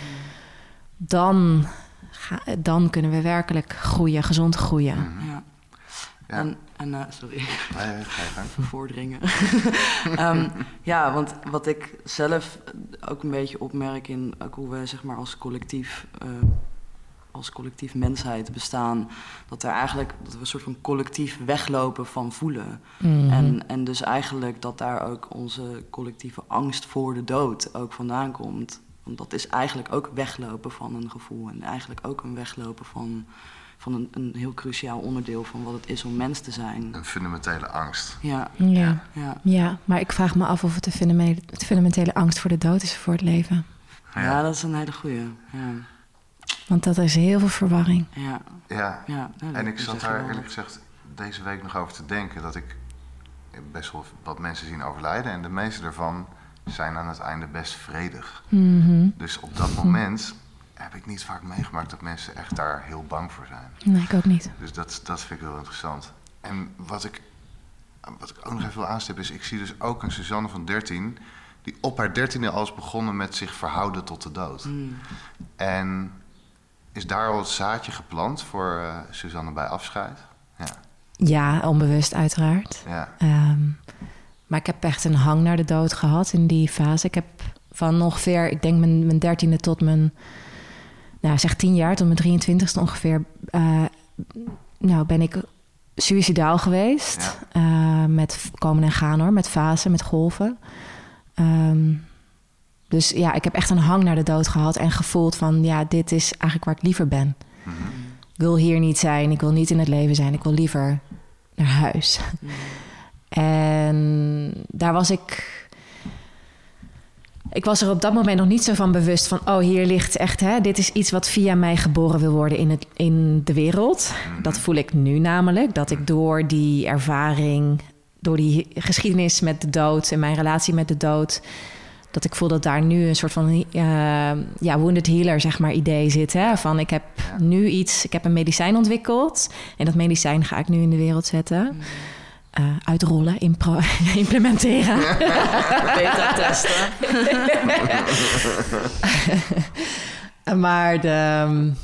Dan, ga, dan kunnen we werkelijk groeien, gezond groeien. Mm-hmm. Ja. Ja. En, en uh, sorry. Nee, ga je gang. Vervorderingen. um, ja, want wat ik zelf ook een beetje opmerk in ook hoe we zeg maar als collectief, uh, als collectief mensheid bestaan, dat er eigenlijk dat we een soort van collectief weglopen van voelen. Mm-hmm. En, en dus eigenlijk dat daar ook onze collectieve angst voor de dood ook vandaan komt. Want dat is eigenlijk ook weglopen van een gevoel en eigenlijk ook een weglopen van, van een, een heel cruciaal onderdeel van wat het is om mens te zijn. Een fundamentele angst. Ja, Ja. ja. Ja, maar ik vraag me af of het de fundamentele, de fundamentele angst voor de dood is voor het leven. Ja. Ja, dat is een hele goeie. Ja, Want dat is heel veel verwarring. ja, Ja. ja. Nou, En dat ik zeg zat je daar wel. eerlijk gezegd deze week nog over te denken dat ik best wel wat mensen zien overlijden. En de meeste daarvan zijn aan het einde best vredig. Mm-hmm. Dus op dat moment heb ik niet vaak meegemaakt dat mensen echt daar heel bang voor zijn. Nee, ik ook niet. Dus dat, dat vind ik heel interessant. En wat ik, wat ik ook nog even wil aanstippen is, ik zie dus ook een Suzanne van dertien... die op haar dertiende al is begonnen met zich verhouden tot de dood. Mm. En is daar al het zaadje geplant voor uh, Suzanne bij afscheid? Ja. Ja, onbewust uiteraard. Ja. Um, maar ik heb echt een hang naar de dood gehad in die fase. Ik heb van ongeveer, ik denk mijn, mijn dertiende tot mijn, nou zeg tien jaar, tot mijn drieëntwintigste ongeveer, uh, nou ben ik suïcidaal geweest. Ja. Uh, met komen en gaan hoor, met fasen, met golven. Um, dus ja, ik heb echt een hang naar de dood gehad en gevoeld van, ja, dit is eigenlijk waar ik liever ben. Mm-hmm. Ik wil hier niet zijn, ik wil niet in het leven zijn, ik wil liever naar huis. Mm. En daar was ik... Ik was er op dat moment nog niet zo van bewust van, oh, hier ligt echt, hè, dit is iets wat via mij geboren wil worden in, het, in de wereld. Mm-hmm. Dat voel ik nu namelijk, dat ik door die ervaring, door die geschiedenis met de dood en mijn relatie met de dood, dat ik voel dat daar nu een soort van uh, ja, wounded healer, zeg maar, idee zit. Hè? Van ik heb nu iets, ik heb een medicijn ontwikkeld en dat medicijn ga ik nu in de wereld zetten. Mm. uh, uitrollen, impro- implementeren. Beta testen. Maar de...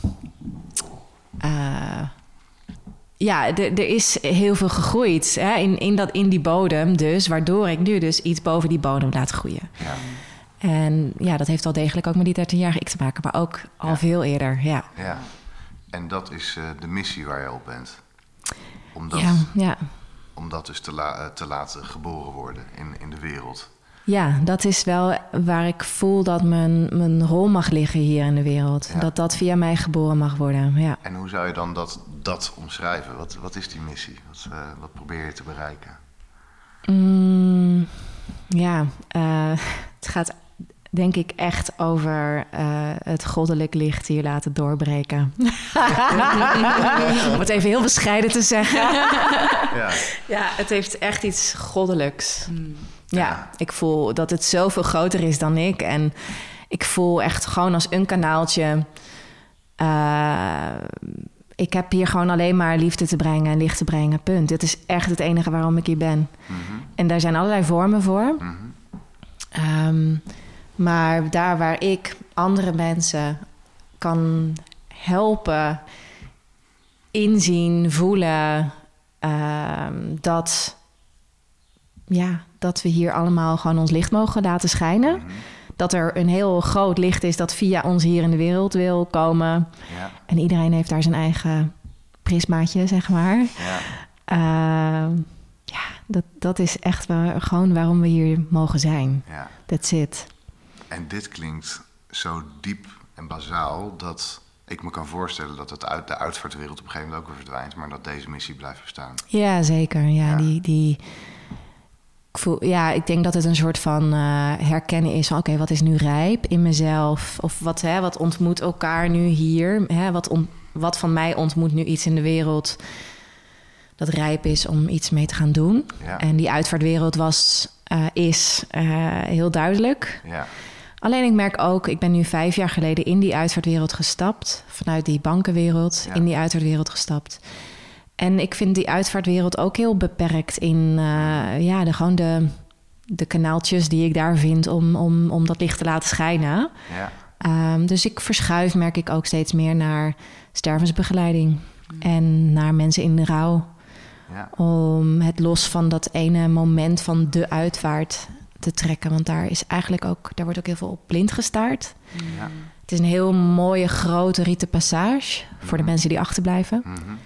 Uh, ja, de, er is heel veel gegroeid hè, in, in, dat, in die bodem dus... waardoor ik nu dus iets boven die bodem laat groeien. Ja. En ja, dat heeft wel degelijk ook met die dertienjarige ik te maken... maar ook al ja. veel eerder, ja. Ja, en dat is uh, de missie waar je op bent. Om dat, ja, ja. om dat dus te, la- te laten geboren worden in, in de wereld. Ja, dat is wel waar ik voel dat mijn, mijn rol mag liggen hier in de wereld. Ja. Dat dat via mij geboren mag worden, ja. En hoe zou je dan dat, dat omschrijven? Wat, wat is die missie? Wat, uh, wat probeer je te bereiken? Mm, ja, uh, het gaat denk ik echt over uh, het goddelijk licht hier laten doorbreken. Om het even heel bescheiden te zeggen. Ja, ja het heeft echt iets goddelijks. Hmm. Ja, ja, ik voel dat het zoveel groter is dan ik. En ik voel echt gewoon als een kanaaltje... Uh, ik heb hier gewoon alleen maar liefde te brengen en licht te brengen, punt. Dit is echt het enige waarom ik hier ben. Mm-hmm. En daar zijn allerlei vormen voor. Mm-hmm. Um, maar daar waar ik andere mensen kan helpen... inzien, voelen... Uh, dat... ja, dat we hier allemaal gewoon ons licht mogen laten schijnen. Mm-hmm. Dat er een heel groot licht is dat via ons hier in de wereld wil komen. Ja. En iedereen heeft daar zijn eigen prismaatje, zeg maar. Ja, uh, ja dat, dat is echt waar, gewoon waarom we hier mogen zijn. Ja. That's it. En dit klinkt zo diep en bazaal dat ik me kan voorstellen dat het uit de uitvaartwereld op een gegeven moment ook weer verdwijnt, maar dat deze missie blijft bestaan. Ja, zeker. Ja, ja. Die... die Ik voel, ja, ik denk dat het een soort van uh, herkennen is van... oké, okay, wat is nu rijp in mezelf? Of wat, hè, wat ontmoet elkaar nu hier? Hè? Wat, on, wat van mij ontmoet nu iets in de wereld... dat rijp is om iets mee te gaan doen? Ja. En die uitvaartwereld was, uh, is uh, heel duidelijk. Ja. Alleen ik merk ook, ik ben nu vijf jaar geleden in die uitvaartwereld gestapt... vanuit die bankenwereld ja. in die uitvaartwereld gestapt... En ik vind die uitvaartwereld ook heel beperkt in uh, ja, de, gewoon de, de kanaaltjes die ik daar vind om, om, om dat licht te laten schijnen. Ja. Um, dus ik verschuif, merk ik ook steeds meer naar stervensbegeleiding mm. en naar mensen in de rouw. Ja. Om het los van dat ene moment van de uitvaart te trekken. Want daar is eigenlijk ook, daar wordt ook heel veel op blind gestaard. Ja. Het is een heel mooie, grote rieten passage mm-hmm. voor de mensen die achterblijven. Mm-hmm.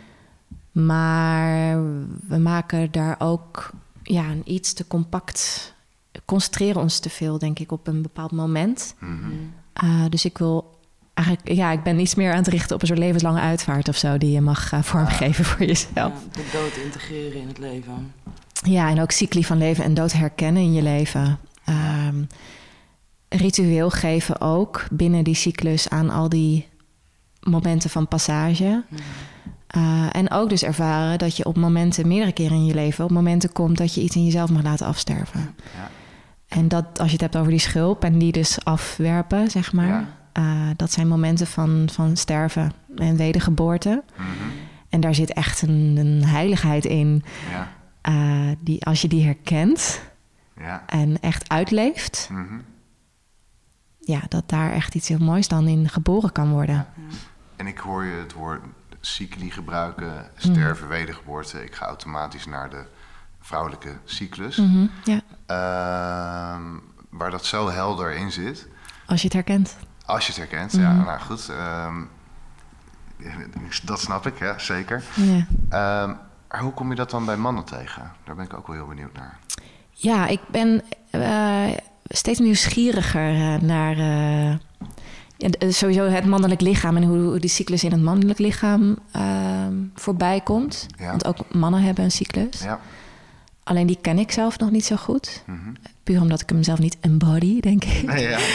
Maar we maken daar ook ja, een iets te compact... concentreren ons te veel, denk ik, op een bepaald moment. Mm-hmm. Uh, dus ik wil eigenlijk... Ja, ik ben iets meer aan het richten op een soort levenslange uitvaart of zo... die je mag uh, vormgeven ja. voor jezelf. Ja, de dood integreren in het leven. Ja, en ook cycli van leven en dood herkennen in je leven. Um, ritueel geven ook binnen die cyclus aan al die momenten van passage... Mm-hmm. Uh, en ook dus ervaren dat je op momenten, meerdere keren in je leven... op momenten komt dat je iets in jezelf mag laten afsterven. Ja. En dat, als je het hebt over die schulp en die dus afwerpen, zeg maar... Ja. Uh, dat zijn momenten van, van sterven en wedergeboorte. Mm-hmm. En daar zit echt een, een heiligheid in. Ja. Uh, die, als je die herkent ja. en echt uitleeft... Mm-hmm. ja, dat daar echt iets heel moois dan in geboren kan worden. Ja. En ik hoor je het woord... cycli gebruiken, sterven, mm. wedergeboorte. Ik ga automatisch naar de vrouwelijke cyclus. Mm-hmm, ja. uh, waar dat zo helder in zit. Als je het herkent. Als je het herkent, mm-hmm. ja. Nou goed, uh, dat snap ik, ja, zeker. Yeah. Uh, maar hoe kom je dat dan bij mannen tegen? Daar ben ik ook wel heel benieuwd naar. Ja, ik ben uh, steeds nieuwsgieriger uh, naar... Uh, Ja, sowieso het mannelijk lichaam en hoe die cyclus in het mannelijk lichaam uh, voorbij komt. Ja. Want ook mannen hebben een cyclus. Ja. Alleen die ken ik zelf nog niet zo goed. Mm-hmm. Puur omdat ik hem zelf niet embody, denk ik. Nee, ja.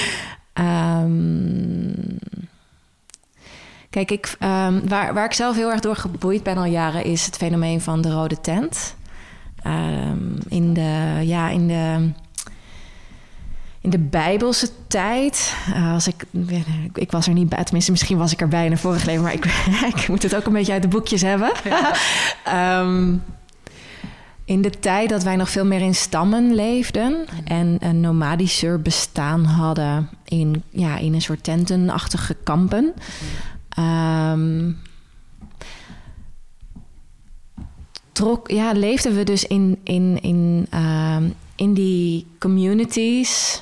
um, kijk, ik, um, waar, waar ik zelf heel erg door geboeid ben al jaren... is het fenomeen van de rode tent. Um, in de... Ja, in de In de Bijbelse tijd, uh, als ik, ik was er niet bij, tenminste misschien was ik erbij in een vorig leven, maar ik, ik moet het ook een beetje uit de boekjes hebben. Ja. um, In de tijd dat wij nog veel meer in stammen leefden en een nomadischer bestaan hadden in, ja, in een soort tentenachtige kampen. Um, trok, ja, leefden we dus in, in, in, um, in die communities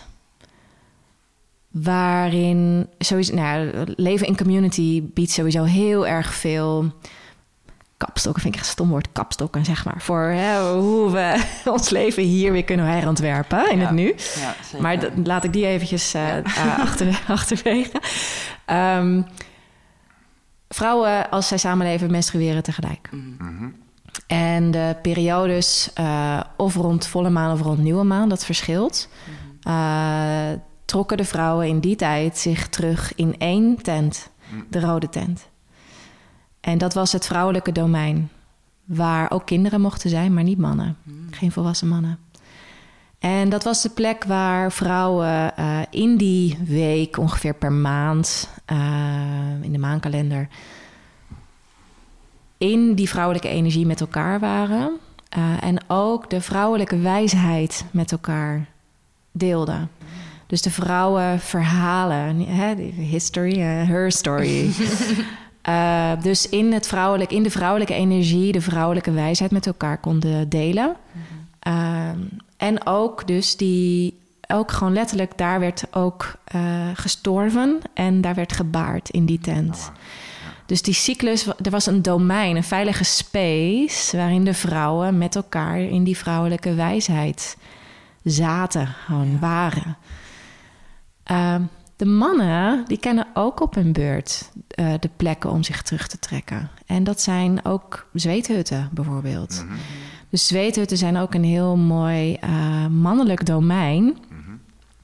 waarin sowieso, nou, leven in community biedt sowieso heel erg veel kapstokken, vind ik echt een stom woord, kapstokken, zeg maar, voor hè, hoe we ons leven hier weer kunnen herontwerpen in ja, het nu. Ja, maar d- laat ik die eventjes uh, ja. uh, achter, achterwege. Um, vrouwen, als zij samenleven, menstrueren tegelijk. Mm-hmm. En de periodes, uh, of rond volle maan of rond nieuwe maan, dat verschilt. Mm-hmm. Uh, trokken de vrouwen in die tijd zich terug in één tent, de rode tent. En dat was het vrouwelijke domein, waar ook kinderen mochten zijn, maar niet mannen. Mm. Geen volwassen mannen. En dat was de plek waar vrouwen uh, in die week, ongeveer per maand, uh, in de maankalender, in die vrouwelijke energie met elkaar waren. Uh, en ook de vrouwelijke wijsheid met elkaar deelden. Mm. Dus de vrouwen verhalen, hè, history, uh, her story. Uh, dus in, het vrouwelijk, in de vrouwelijke energie, de vrouwelijke wijsheid met elkaar konden delen. Mm-hmm. Uh, en ook dus die, ook gewoon letterlijk, daar werd ook uh, gestorven en daar werd gebaard in die tent. Oh, ja. Dus die cyclus, er was een domein, een veilige space, waarin de vrouwen met elkaar in die vrouwelijke wijsheid zaten, gewoon ja. waren. Uh, De mannen, die kennen ook op hun beurt uh, de plekken om zich terug te trekken. En dat zijn ook zweethutten bijvoorbeeld. Mm-hmm. Dus zweethutten zijn ook een heel mooi uh, mannelijk domein, mm-hmm.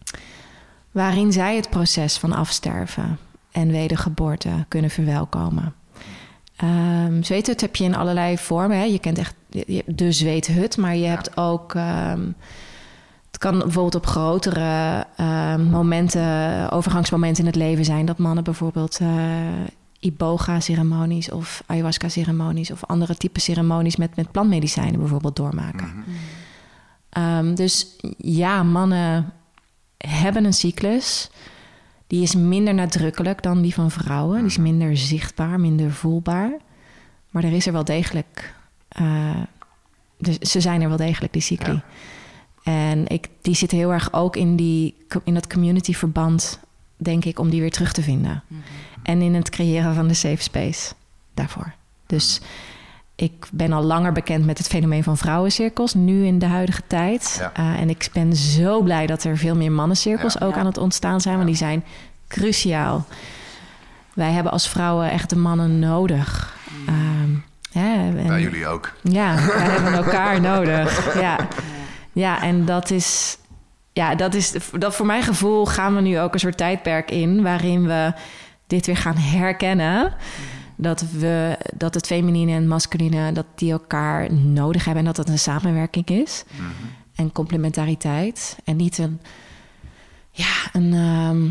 waarin zij het proces van afsterven en wedergeboorte kunnen verwelkomen. Um, zweethut heb je in allerlei vormen. Hè. Je kent echt de zweethut, maar je ja. hebt ook... Um, Het kan bijvoorbeeld op grotere uh, momenten, overgangsmomenten in het leven zijn, dat mannen bijvoorbeeld uh, iboga-ceremonies of ayahuasca-ceremonies of andere type ceremonies met, met plantmedicijnen bijvoorbeeld doormaken. Mm-hmm. Um, dus ja, mannen hebben een cyclus. Die is minder nadrukkelijk dan die van vrouwen. Die is minder zichtbaar, minder voelbaar. Maar er is er wel degelijk... Uh, dus ze zijn er wel degelijk, die cycli. Ja. En ik, die zit heel erg ook in, die, in dat community-verband, denk ik, om die weer terug te vinden. Mm-hmm. En in het creëren van de safe space daarvoor. Dus ik ben al langer bekend met het fenomeen van vrouwencirkels, nu in de huidige tijd. Ja. Uh, en ik ben zo blij dat er veel meer mannencirkels ja. ook ja. aan het ontstaan zijn, want die zijn cruciaal. Wij hebben als vrouwen echt de mannen nodig. Um, ja, en, Bij jullie ook. Ja, wij hebben elkaar nodig. Ja. Ja, en dat is, ja, dat is, dat voor mijn gevoel gaan we nu ook een soort tijdperk in waarin we dit weer gaan herkennen. Mm-hmm. Dat we, dat het feminine en het masculine, dat die elkaar nodig hebben en dat het een samenwerking is. Mm-hmm. En complementariteit. En niet een, ja, een, um,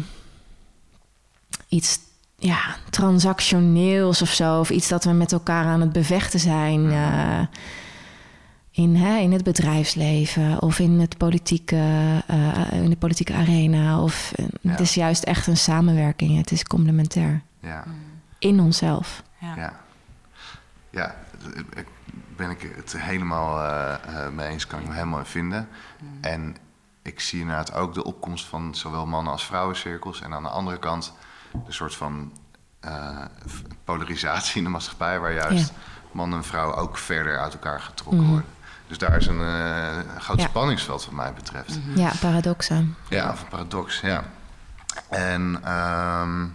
iets, ja, transactioneels of zo. Of iets dat we met elkaar aan het bevechten zijn. Uh, In, hè, in het bedrijfsleven of in, het politieke, uh, in de politieke arena. Of, ja. Het is juist echt een samenwerking. Het is complementair. Ja. In onszelf. Ja, ja. ja ben ik het helemaal uh, mee eens. Kan ik me helemaal in vinden. Mm. En ik zie inderdaad ook de opkomst van zowel mannen- als vrouwencirkels. En aan de andere kant de soort van uh, polarisatie in de maatschappij, waar juist ja. man en vrouw ook verder uit elkaar getrokken mm. worden. Dus daar is een uh, groot ja. spanningsveld wat mij betreft. Mm-hmm. Ja, paradoxen. Ja, of een paradox, ja. En um,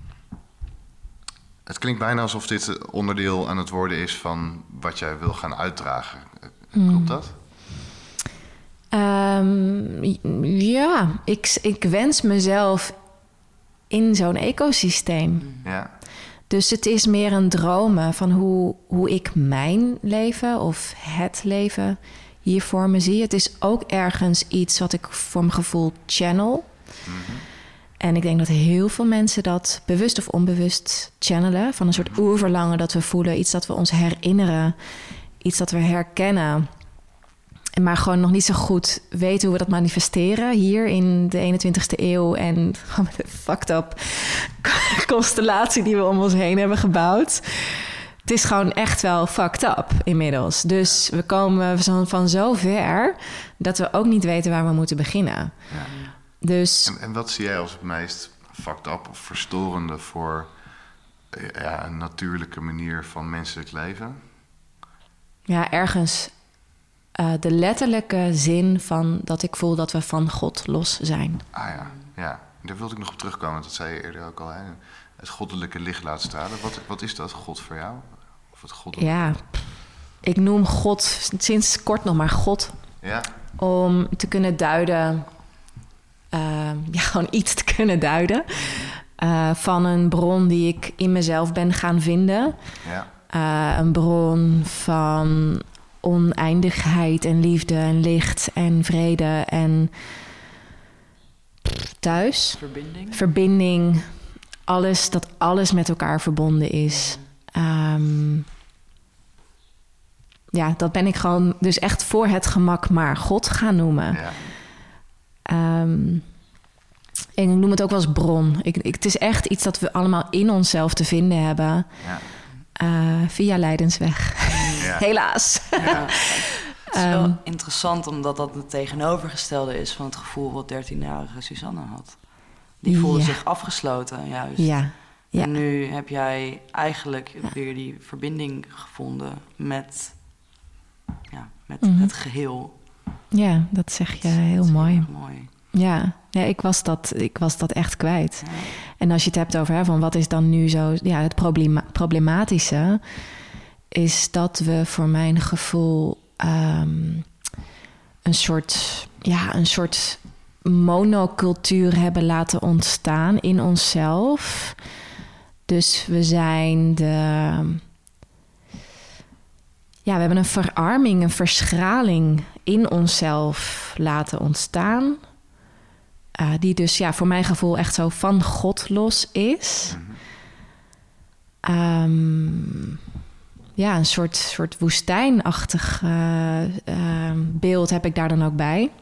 het klinkt bijna alsof dit onderdeel aan het worden is van wat jij wil gaan uitdragen. Klopt mm. dat? Um, ja, ik, ik wens mezelf in zo'n ecosysteem. Ja. Dus het is meer een dromen van hoe, hoe ik mijn leven of het leven hier voor me zie. Het is ook ergens iets wat ik voor mijn gevoel channel. Mm-hmm. En ik denk dat heel veel mensen dat bewust of onbewust channelen. Van een soort oerverlangen dat we voelen. Iets dat we ons herinneren. Iets dat we herkennen. maar gewoon nog niet zo goed weten hoe we dat manifesteren hier in de eenentwintigste eeuw. En gewoon met de fucked up constellatie die we om ons heen hebben gebouwd. Het is gewoon echt wel fucked up inmiddels. Dus we komen van, van zo ver dat we ook niet weten waar we moeten beginnen. Ja. Dus, en, en wat zie jij als het meest fucked up of verstorende voor ja, een natuurlijke manier van menselijk leven? Ja, ergens uh, de letterlijke zin van dat ik voel dat we van God los zijn. Ah ja, ja. Daar wilde ik nog op terugkomen. Dat zei je eerder ook al. Hè? Het goddelijke licht laat stralen. Wat, wat is dat, God voor jou? Of het goddelijke? Ja, ik noem God sinds kort nog maar God. Ja. Om te kunnen duiden, uh, ja, gewoon iets te kunnen duiden. Uh, van een bron die ik in mezelf ben gaan vinden. Ja. Uh, een bron van oneindigheid en liefde en licht en vrede en thuis. Verbinding. Verbinding. Alles, dat alles met elkaar verbonden is. Um, ja, dat ben ik gewoon dus echt voor het gemak maar God gaan noemen. Ja. Um, en ik noem het ook wel eens bron. Ik, ik, het is echt iets dat we allemaal in onszelf te vinden hebben. Ja. Uh, via Lijdensweg. Ja. Helaas. Ja. Het is wel um, interessant omdat dat het tegenovergestelde is van het gevoel wat dertienjarige Suzanne had. Die voelde ja. zich afgesloten juist. Ja. Ja. En nu heb jij eigenlijk ja. weer die verbinding gevonden met, ja, met mm-hmm. het geheel. Ja, dat zeg je dat, heel dat mooi. mooi. Ja, ja ik, was dat, ik was dat echt kwijt. Ja. En als je het hebt over hè, van wat is dan nu zo... Ja, het problema- problematische is dat we voor mijn gevoel um, een soort... Ja, een soort monocultuur hebben laten ontstaan in onszelf. Dus we zijn de... Ja, we hebben een verarming, een verschraling in onszelf laten ontstaan. Uh, die dus ja, voor mijn gevoel echt zo van God los is. Um, ja, een soort, soort woestijnachtig uh, uh, beeld heb ik daar dan ook bij.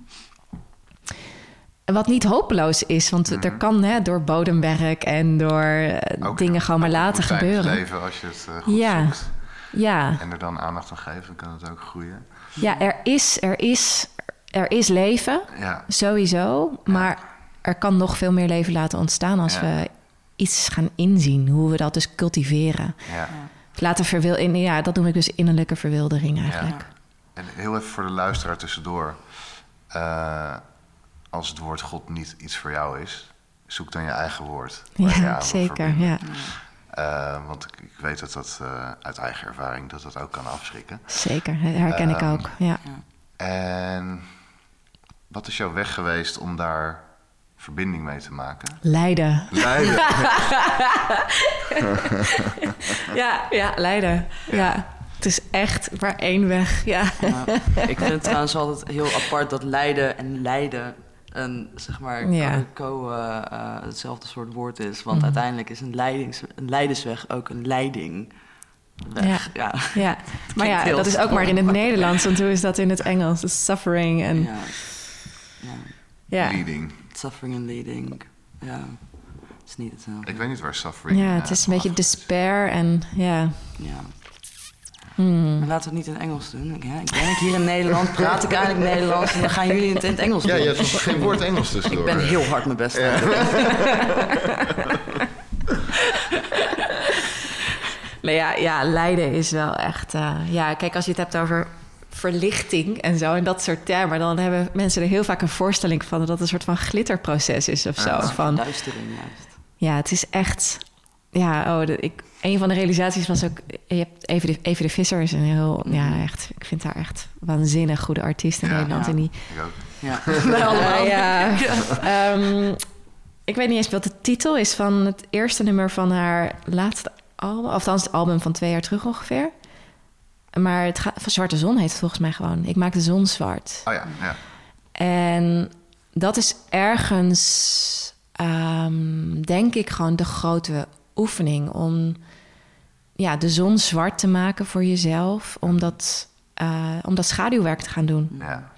Wat niet hopeloos is, want mm-hmm. er kan hè, door bodemwerk en door uh, dingen gewoon maar laten gebeuren. Leven als je het uh, goed ja. zoekt. Ja. En er dan aandacht aan geven, dan kan het ook groeien. Ja, er is, er is, er is leven, ja. sowieso. Maar ja. er kan nog veel meer leven laten ontstaan als ja. we iets gaan inzien. Hoe we dat dus cultiveren. Ja. Laten verwil- ja, dat noem ik dus innerlijke verwildering eigenlijk. Ja. En heel even voor de luisteraar tussendoor. Uh, als het woord God niet iets voor jou is, zoek dan je eigen woord. Ja, zeker. Ja. Uh, want ik, ik weet dat dat uh, uit eigen ervaring dat dat ook kan afschrikken. Zeker, herken uh, ik ook. Ja. En wat is jouw weg geweest om daar verbinding mee te maken? Leiden. Leiden. ja, ja, Leiden. Ja. ja. Het is echt maar één weg. Ja. Ja, ik vind het trouwens altijd heel apart dat Leiden en Leiden een, zeg maar, ja. co, uh, uh, hetzelfde soort woord is. Want mm. uiteindelijk is een, leidings, een Leidensweg ook een leiding. Weg. Ja. Ja. ja. Maar ja, dat is ook maar in het Nederlands. Want hoe is dat in het Engels? Dus suffering en... Ja. Ja. Ja. Leading. Suffering en leading. Ja. Het is niet hetzelfde. Ik weet niet waar suffering... Ja, het is uh, een beetje despair en ja... Ja. Hmm. Maar laten we het niet in Engels doen. Ik, hè, ik denk hier in Nederland, praat ik eigenlijk Nederlands... en dan gaan jullie het in het Engels doen. Ja, je hebt nog geen woord Engels tussendoor. Ik ben heel hard mijn best aan het doen. Nee, ja, ja, Leiden is wel echt... Uh, ja, kijk, als je het hebt over verlichting en zo... en dat soort termen, dan hebben mensen er heel vaak een voorstelling van... dat het een soort van glitterproces is of zo. Ja, van duistering juist. Ja, het is echt... Ja, oh, de, ik, een van de realisaties was ook... Je hebt Even de, Even de Visser is een heel... Mm. Ja, echt... Ik vind haar echt waanzinnig goede artiest in ja, Nederland. Ja, en die, ik ook. Ja. uh, ja, ja. Um, ik weet niet eens wat de titel is van het eerste nummer van haar laatste album. Of althans het album van twee jaar terug ongeveer. Maar het gaat, van Zwarte Zon heet het volgens mij gewoon. Ik maak de zon zwart. Oh ja, ja. En dat is ergens... Um, denk ik gewoon de grote oefening om ja, de zon zwart te maken voor jezelf. Om dat uh, om dat schaduwwerk te gaan doen. Ja.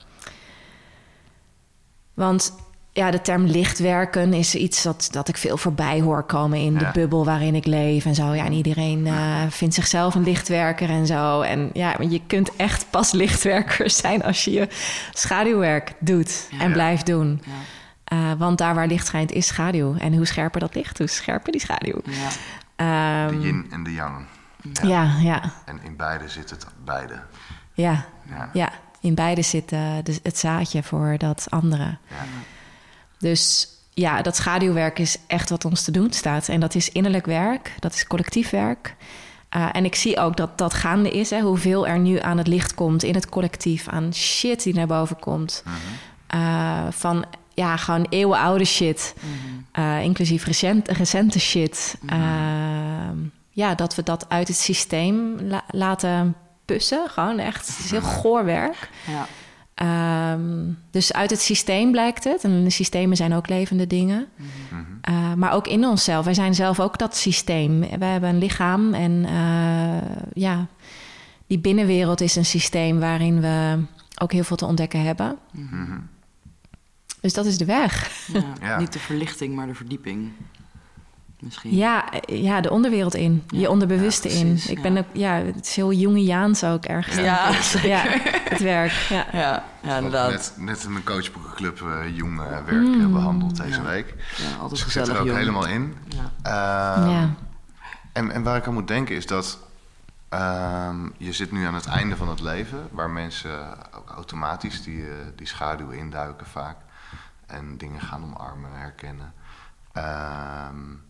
Want ja, de term lichtwerken is iets dat, dat ik veel voorbij hoor komen in de ja. bubbel waarin ik leef en zo. Ja, en iedereen uh, vindt zichzelf een lichtwerker en zo. En ja, je kunt echt pas lichtwerker zijn als je je schaduwwerk doet ja. en blijft doen. Ja. Uh, want daar waar licht schijnt is schaduw. En hoe scherper dat licht, hoe scherper die schaduw. Ja. Um, de yin en de yang. Ja. ja, ja. En in beide zit het beide. Ja, ja. ja. In beide zit uh, de, het zaadje voor dat andere. Ja. Dus ja, dat schaduwwerk is echt wat ons te doen staat. En dat is innerlijk werk, dat is collectief werk. Uh, en ik zie ook dat dat gaande is. Hè, hoeveel er nu aan het licht komt in het collectief. Aan shit die naar boven komt. Mm-hmm. Uh, van ja, gewoon eeuwenoude shit. Mm-hmm. Uh, inclusief recent, recente shit. Mm-hmm. Uh, ja, dat we dat uit het systeem la- laten pussen. Gewoon echt, het is heel goor werk. Ja. Um, dus uit het systeem blijkt het. En de systemen zijn ook levende dingen. Mm-hmm. Uh, maar ook in onszelf. Wij zijn zelf ook dat systeem. We hebben een lichaam. En uh, ja, die binnenwereld is een systeem waarin we ook heel veel te ontdekken hebben. Mm-hmm. Dus dat is de weg. Ja, ja. Niet de verlichting, maar de verdieping. Misschien. Ja, ja, de onderwereld in. Ja, je onderbewuste ja, precies, in. Ik ja. ben ook, ja, het is heel Jungiaans ook ergens. Ja, ja, zeker. Ja, het werk. Ja, ja, ja inderdaad. Net, net in mijn coachboekenclub uh, Jung uh, werk mm. behandeld deze ja. week. Ja, altijd dus ik gezellig, zit er ook jong. helemaal in. Ja. Uh, ja. En, en waar ik aan moet denken is dat uh, je zit nu aan het einde van het leven, waar mensen ook automatisch die, uh, die schaduw induiken vaak en dingen gaan omarmen, herkennen. Uh,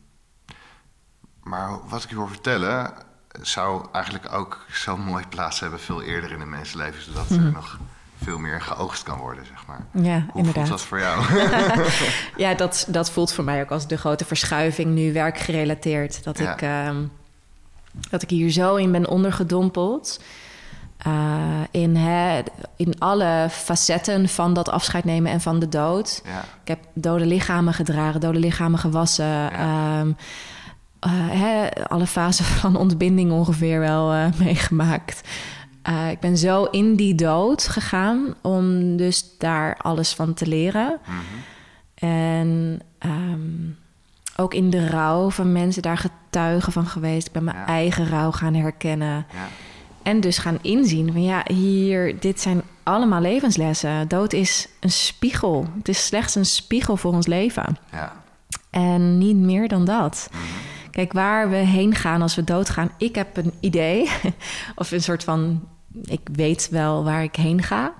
Maar wat ik je wil vertellen, zou eigenlijk ook zo'n mooie plaats hebben veel eerder in een mensenleven, zodat mm. er nog veel meer geoogst kan worden, zeg maar. Ja, Hoe inderdaad. voelt dat voor jou? Ja, dat, dat voelt voor mij ook als de grote verschuiving nu werkgerelateerd. Dat, ja. ik, uh, dat ik hier zo in ben ondergedompeld. Uh, in, hè, in alle facetten van dat afscheid nemen en van de dood. Ja. Ik heb dode lichamen gedragen, dode lichamen gewassen. Ja. Um, Uh, hè, alle fasen van ontbinding ongeveer wel uh, meegemaakt. Uh, ik ben zo in die dood gegaan om dus daar alles van te leren. Mm-hmm. En um, ook in de rouw van mensen daar getuigen van geweest. Ik ben mijn ja. eigen rouw gaan herkennen. Ja. En dus gaan inzien van ja, hier, dit zijn allemaal levenslessen. Dood is een spiegel. Het is slechts een spiegel voor ons leven. Ja. En niet meer dan dat. Mm-hmm. Kijk, waar we heen gaan als we doodgaan. Ik heb een idee. Of een soort van... Ik weet wel waar ik heen ga.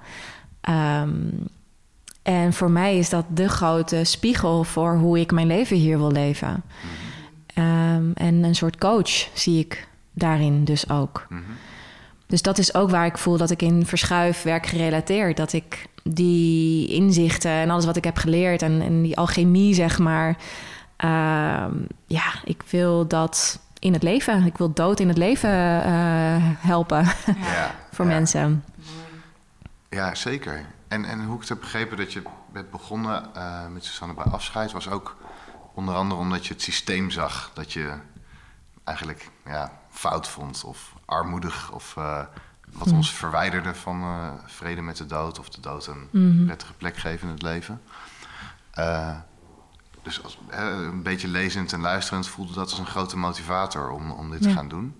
Um, en voor mij is dat de grote spiegel voor hoe ik mijn leven hier wil leven. Mm-hmm. Um, en een soort coach zie ik daarin dus ook. Mm-hmm. Dus dat is ook waar ik voel dat ik in verschuif, werkgerelateerd. Dat ik die inzichten en alles wat ik heb geleerd... en, en die alchemie, zeg maar... Uh, ja, ik wil dat in het leven. Ik wil dood in het leven uh, helpen ja, voor ja. mensen. Ja, zeker. En, en hoe ik het heb begrepen dat je bent begonnen uh, met Susanne bij afscheid... was ook onder andere omdat je het systeem zag. Dat je eigenlijk ja, fout vond of armoedig... of uh, wat mm. ons verwijderde van uh, vrede met de dood... of de dood een mm-hmm. prettige plek geven in het leven... Uh, Dus als, hè, een beetje lezend en luisterend voelde dat als een grote motivator om, om dit ja. te gaan doen.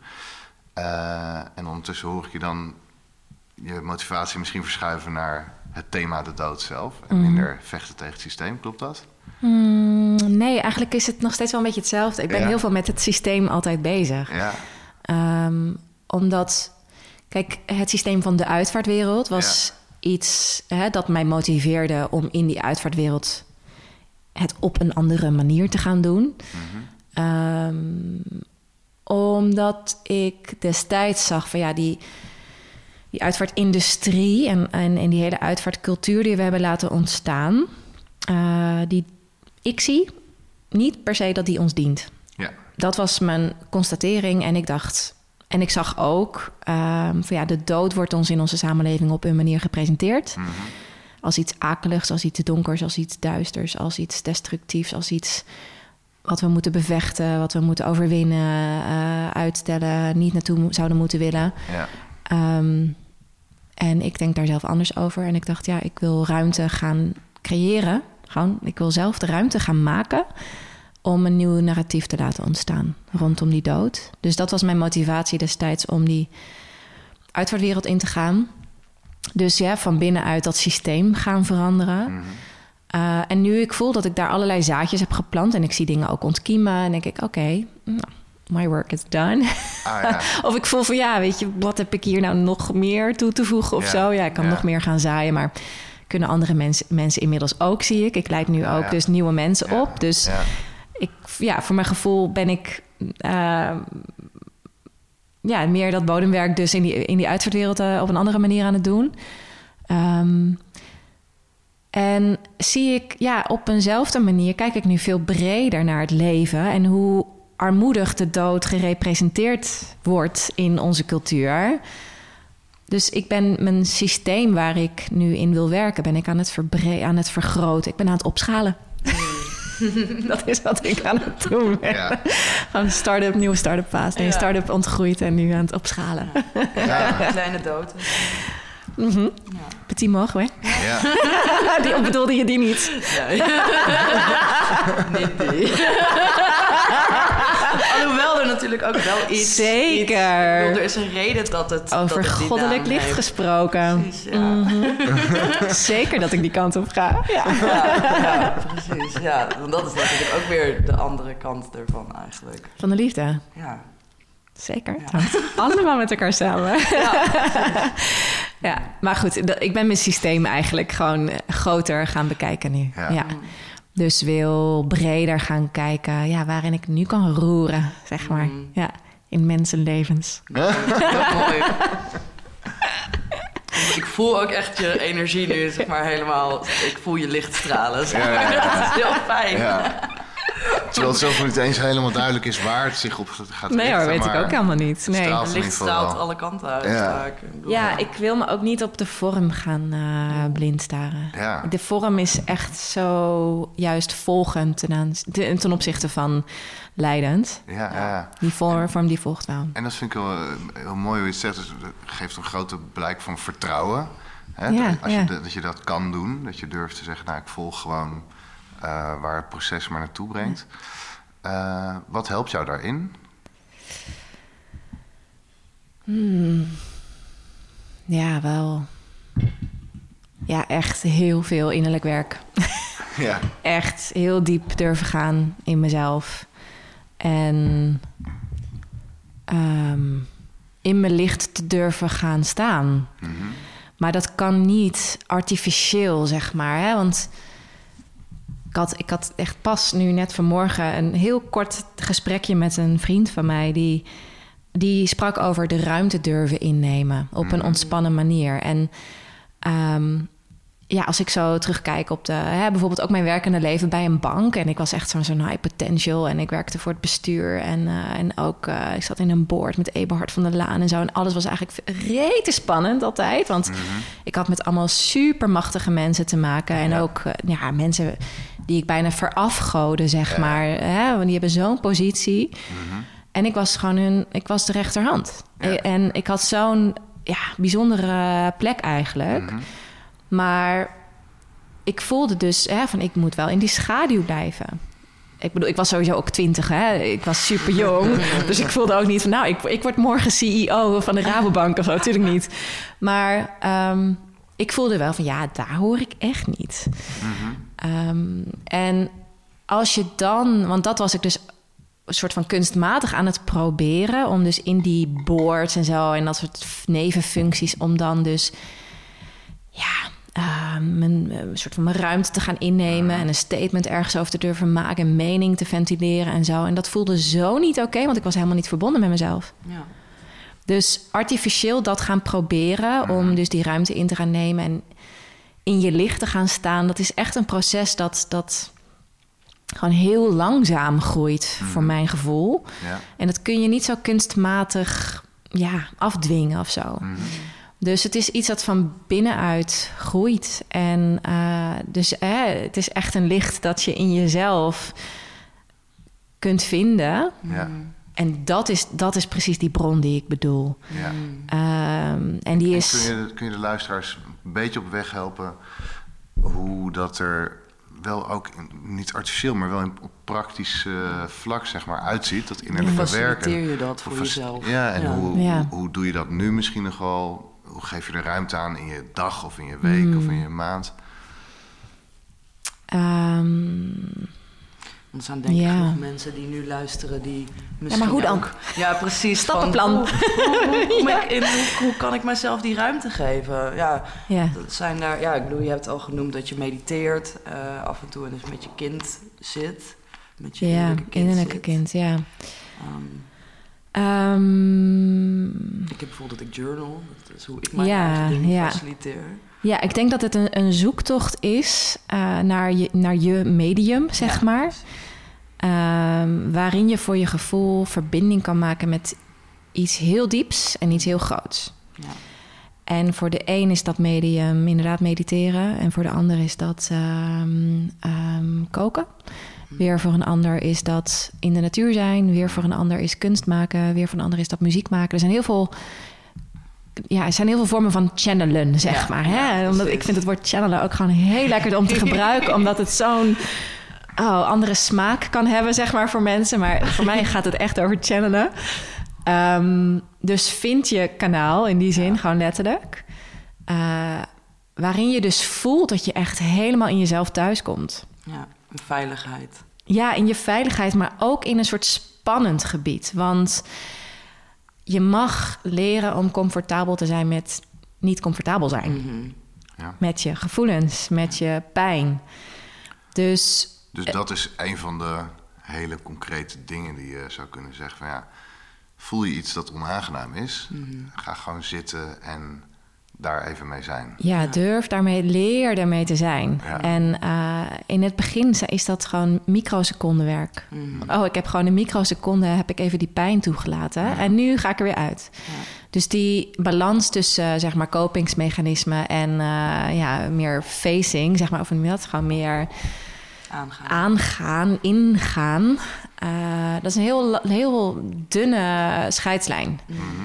Uh, en ondertussen hoor ik je dan je motivatie misschien verschuiven naar het thema de dood zelf. En mm. minder vechten tegen het systeem, klopt dat? Mm, nee, eigenlijk is het nog steeds wel een beetje hetzelfde. Ik ben ja. heel veel met het systeem altijd bezig. Ja. Um, omdat, kijk, het systeem van de uitvaartwereld was ja. iets hè, dat mij motiveerde om in die uitvaartwereld... het op een andere manier te gaan doen. Mm-hmm. Um, omdat ik destijds zag van ja, die, die uitvaartindustrie... En, en, en die hele uitvaartcultuur die we hebben laten ontstaan... Uh, die ik zie niet per se dat die ons dient. Ja. Dat was mijn constatering en ik dacht... En ik zag ook um, van ja, de dood wordt ons in onze samenleving op een manier gepresenteerd... Mm-hmm. Als iets akeligs, als iets donkers, als iets duisters... als iets destructiefs, als iets wat we moeten bevechten... wat we moeten overwinnen, uh, uitstellen... niet naartoe zouden moeten willen. Ja. Um, En ik denk daar zelf anders over. En ik dacht, ja, ik wil ruimte gaan creëren. Gewoon, ik wil zelf de ruimte gaan maken om een nieuw narratief te laten ontstaan rondom die dood. Dus dat was mijn motivatie destijds om die uitvaartwereld in te gaan. Dus ja, van binnenuit dat systeem gaan veranderen. Mm-hmm. Uh, en nu ik voel dat ik daar allerlei zaadjes heb geplant en ik zie dingen ook ontkiemen, en denk ik, oké, okay, nou, my work is done. Ah, ja. Of ik voel van, ja, weet je, wat heb ik hier nou nog meer toe te voegen of ja. zo? Ja, ik kan ja. nog meer gaan zaaien, maar kunnen andere mens, mensen inmiddels ook, zie ik. Ik leid nu ook ja, ja. dus nieuwe mensen ja. op. Dus ja. ik, ja, voor mijn gevoel ben ik uh, ja, meer dat bodemwerk dus in die, in die uitvaartwereld uh, op een andere manier aan het doen. Um, en zie ik, ja, op eenzelfde manier kijk ik nu veel breder naar het leven en hoe armoedig de dood gerepresenteerd wordt in onze cultuur. Dus ik ben mijn systeem waar ik nu in wil werken, ben ik aan het, verbre- aan het vergroten. Ik ben aan het opschalen. Mm. Dat is wat ik aan het doen ben. Ja. Van start-up, nieuwe start-up fase. Nee, ja. start-up ontgroeid en nu aan het opschalen. Ja. Ja. Kleine dood. Mm-hmm. Ja. Petit mort, hè? Ja. Die, of bedoelde je die niet? Nee. Niet die. Alhoewel er natuurlijk ook wel iets... Zeker. Iets, bedoel, er is een reden dat het... Over dat het goddelijk licht heeft. gesproken. Precies, ja. Mm-hmm. Zeker dat ik die kant op ga. Ja, ja, ja precies. Ja, want dat is natuurlijk ook weer de andere kant ervan eigenlijk. Van de liefde? Ja. Zeker. Ja. Allemaal met elkaar samen. Ja, ja, maar goed, ik ben mijn systeem eigenlijk gewoon groter gaan bekijken nu. Ja. Ja. Dus wil breder gaan kijken, ja, waarin ik nu kan roeren, zeg maar. Mm. Ja, in mensenlevens. Ja, mooi. Ik voel ook echt je energie nu, zeg maar, helemaal... Ik voel je licht stralen, zeg maar. Ja, ja, ja. Dat is heel fijn. Ja. Terwijl het zelf nog niet eens helemaal duidelijk is waar het zich op gaat richten. Nee hoor, weet ik ook helemaal niet. Nee. Het licht straalt alle kanten uit. Ja. Ik ja, ik wil me ook niet op de vorm gaan uh, blind staren. Ja. De vorm is echt zo juist volgend ten, aan, ten opzichte van leidend. Ja, ja, ja. Die vorm die volgt wel. En dat vind ik wel heel mooi hoe je het zegt. Dus het geeft een grote blijk van vertrouwen. Hè? Ja, Als ja. je, dat je dat kan doen. Dat je durft te zeggen, nou, ik volg gewoon... Uh, waar het proces maar naartoe brengt. Uh, wat helpt jou daarin? Hmm. Ja, wel. Ja, echt heel veel innerlijk werk. Ja. Echt heel diep durven gaan in mezelf. En um, in mijn licht te durven gaan staan. Mm-hmm. Maar dat kan niet artificieel, zeg maar. Hè? Want... Ik had, ik had echt pas nu net vanmorgen een heel kort gesprekje met een vriend van mij... die, die sprak over de ruimte durven innemen op een ontspannen manier. En um, ja, als ik zo terugkijk op de, hè, bijvoorbeeld ook mijn werkende leven bij een bank... en ik was echt zo'n, zo'n high potential en ik werkte voor het bestuur... en, uh, en ook, uh, ik zat in een board met Eberhard van der Laan en zo... en alles was eigenlijk rete spannend altijd... want mm-hmm. ik had met allemaal supermachtige mensen te maken... en ja. ook uh, ja, mensen... die ik bijna verafgoden, zeg ja. maar. Hè? Want die hebben zo'n positie. Mm-hmm. En ik was gewoon hun... Ik was de rechterhand. Ja. En ik had zo'n ja, bijzondere plek eigenlijk. Mm-hmm. Maar ik voelde dus hè, van... ik moet wel in die schaduw blijven. Ik bedoel, ik was sowieso ook twintig, hè. Ik was super jong. Dus ik voelde ook niet van... nou, ik, ik word morgen C E O van de Rabobank of zo. Natuurlijk niet. Maar... Um, ik voelde wel van, ja, daar hoor ik echt niet. Mm-hmm. Um, en als je dan... Want dat was ik dus een soort van kunstmatig aan het proberen... om dus in die boards en zo... en dat soort nevenfuncties... om dan dus... ja, uh, mijn, een soort van mijn ruimte te gaan innemen... en een statement ergens over te durven maken... en mening te ventileren en zo. En dat voelde zo niet oké... Okay, want ik was helemaal niet verbonden met mezelf. Ja. Dus artificieel dat gaan proberen... om dus die ruimte in te gaan nemen... en in je licht te gaan staan... dat is echt een proces dat, dat gewoon heel langzaam groeit... Mm. voor mijn gevoel. Ja. En dat kun je niet zo kunstmatig ja, afdwingen of zo. Mm. Dus het is iets dat van binnenuit groeit. En uh, dus eh, het is echt een licht dat je in jezelf kunt vinden... Ja. En dat is, dat is precies die bron die ik bedoel. Ja. Um, en die en is... Kun je, kun je de luisteraars een beetje op weg helpen hoe dat er wel ook in, niet artificieel, maar wel in, op praktisch uh, vlak zeg maar uitziet, dat innerlijke hoe werken. faciliteer je dat voor hoe, jezelf? Ja, en ja. Hoe, ja. Hoe, hoe doe je dat nu misschien nogal? Hoe geef je er ruimte aan in je dag of in je week mm. of in je maand? Um, Want er zijn denk ik ja. genoeg mensen die nu luisteren die misschien ja, maar hoe dan? Ook, ja, precies. Stappenplan. Hoe, hoe, hoe, hoe, ja. in, hoe, hoe kan ik mezelf die ruimte geven? Ja, ja. dat zijn daar, ja, ik bedoel, je hebt al genoemd dat je mediteert uh, af en toe en dus met je kind zit. Met je ja, innerlijke kind innerlijke zit. kind, ja. Um, um, ik heb bijvoorbeeld dat ik journal. Dat is hoe ik mijn ja, eigen dingen ja. faciliteer. Ja, ik denk dat het een, een zoektocht is uh, naar, je, naar je medium, zeg ja, maar. Um, waarin je voor je gevoel verbinding kan maken met iets heel dieps en iets heel groots. Ja. En voor de een is dat medium inderdaad mediteren. En voor de ander is dat um, um, koken. Weer voor een ander is dat in de natuur zijn. Weer voor een ander is kunst maken. Weer voor een ander is dat muziek maken. Er zijn heel veel... Ja, er zijn heel veel vormen van channelen, zeg ja, maar. Hè? Omdat ik vind het woord channelen ook gewoon heel lekker om te gebruiken. Omdat het zo'n oh, andere smaak kan hebben, zeg maar, voor mensen. Maar voor mij gaat het echt over channelen. Um, dus vind je kanaal in die zin, ja. gewoon letterlijk. Uh, waarin je dus voelt dat je echt helemaal in jezelf thuiskomt. Ja, in veiligheid. Ja, in je veiligheid, maar ook in een soort spannend gebied. Want... je mag leren om comfortabel te zijn met niet comfortabel zijn. Mm-hmm. Ja. Met je gevoelens, met je pijn. Dus, dus dat is een van de hele concrete dingen die je zou kunnen zeggen. Van ja, voel je iets dat onaangenaam is? Mm-hmm. Ga gewoon zitten en daar even mee zijn. Ja, durf daarmee, leer daarmee te zijn. Ja. En uh, in het begin is dat gewoon microsecondenwerk. Mm. Oh, ik heb gewoon een microseconde, heb ik even die pijn toegelaten. Ja. En nu ga ik er weer uit. Ja. Dus die balans tussen, uh, zeg maar, kopingsmechanismen en uh, ja, meer facing, zeg maar, of noem je dat? Gewoon meer aangaan, aangaan ingaan. Uh, dat is een heel, heel dunne scheidslijn. Mm-hmm.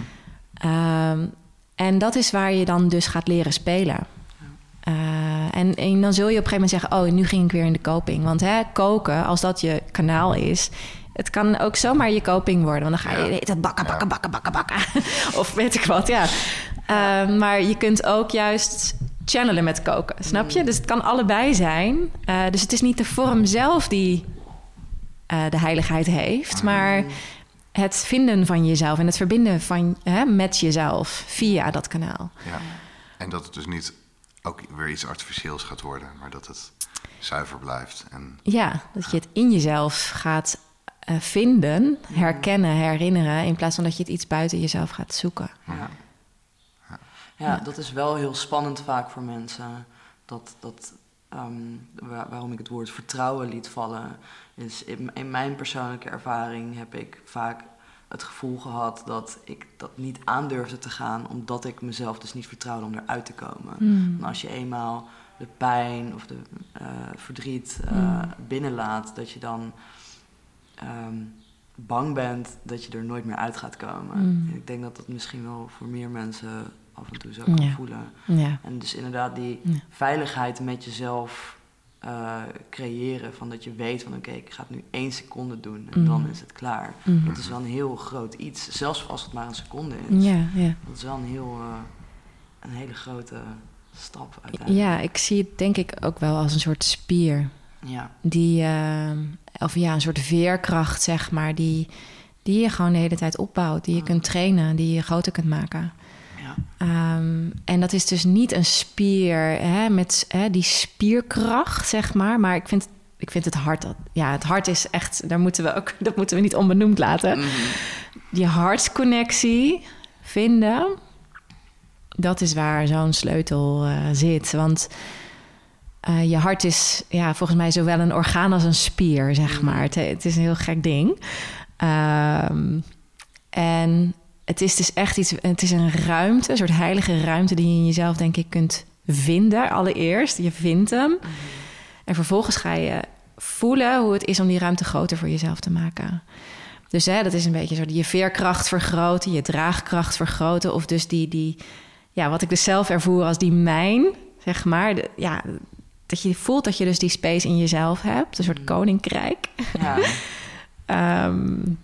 Um, En dat is waar je dan dus gaat leren spelen. Ja. Uh, en, en dan zul je op een gegeven moment zeggen... oh, nu ging ik weer in de koping. Want hè, koken, als dat je kanaal is... het kan ook zomaar je koping worden. Want dan ga je ja. bakken, bakken, bakken, bakken, bakken. Of weet ik wat, ja. Uh, maar je kunt ook juist channelen met koken, snap je? Dus het kan allebei zijn. Uh, dus het is niet de vorm zelf die uh, de heiligheid heeft... maar... het vinden van jezelf en het verbinden van, hè, met jezelf via dat kanaal. Ja. En dat het dus niet ook weer iets artificieels gaat worden, maar dat het zuiver blijft. En, ja, dat je het in jezelf gaat uh, vinden, herkennen, herinneren... in plaats van dat je het iets buiten jezelf gaat zoeken. Ja, ja. ja dat is wel heel spannend vaak voor mensen. Dat, dat, um, waar, waarom ik het woord vertrouwen liet vallen... is in, in mijn persoonlijke ervaring heb ik vaak het gevoel gehad dat ik dat niet aandurfde te gaan, omdat ik mezelf dus niet vertrouwde om eruit te komen. Mm. En als je eenmaal de pijn of de uh, verdriet uh, mm. binnenlaat, dat je dan um, bang bent dat je er nooit meer uit gaat komen. Mm. En ik denk dat dat misschien wel voor meer mensen af en toe zo kan ja. voelen. Ja. En dus inderdaad die ja. veiligheid met jezelf Uh, creëren, van dat je weet van oké, okay, ik ga het nu één seconde doen en mm. dan is het klaar. Mm. Dat is wel een heel groot iets, zelfs als het maar een seconde is. Ja, ja. Dat is wel een heel uh, een hele grote stap uiteindelijk. Ja, ik zie het denk ik ook wel als een soort spier. Ja. Die, uh, of ja, een soort veerkracht, zeg maar, die, die je gewoon de hele tijd opbouwt, die je mm. kunt trainen, die je groter kunt maken. Um, en dat is dus niet een spier hè, met hè, die spierkracht, zeg maar. Maar ik vind, ik vind het hart... Dat, ja, het hart is echt... Daar moeten we ook, dat moeten we niet onbenoemd laten. Mm-hmm. Die hartsconnectie vinden... dat is waar zo'n sleutel uh, zit. Want uh, je hart is ja, volgens mij zowel een orgaan als een spier, zeg maar. Het, het is een heel gek ding. Um, en... Het is dus echt iets, het is een ruimte, een soort heilige ruimte die je in jezelf, denk ik, kunt vinden. Allereerst, je vindt hem. Mm-hmm. En vervolgens ga je voelen hoe het is om die ruimte groter voor jezelf te maken. Dus hè, dat is een beetje zo je veerkracht vergroten, je draagkracht vergroten. Of dus die, die ja, wat ik dus zelf ervoer als die mijn, zeg maar. De, ja, dat je voelt dat je dus die space in jezelf hebt. Een soort koninkrijk. Ja, um,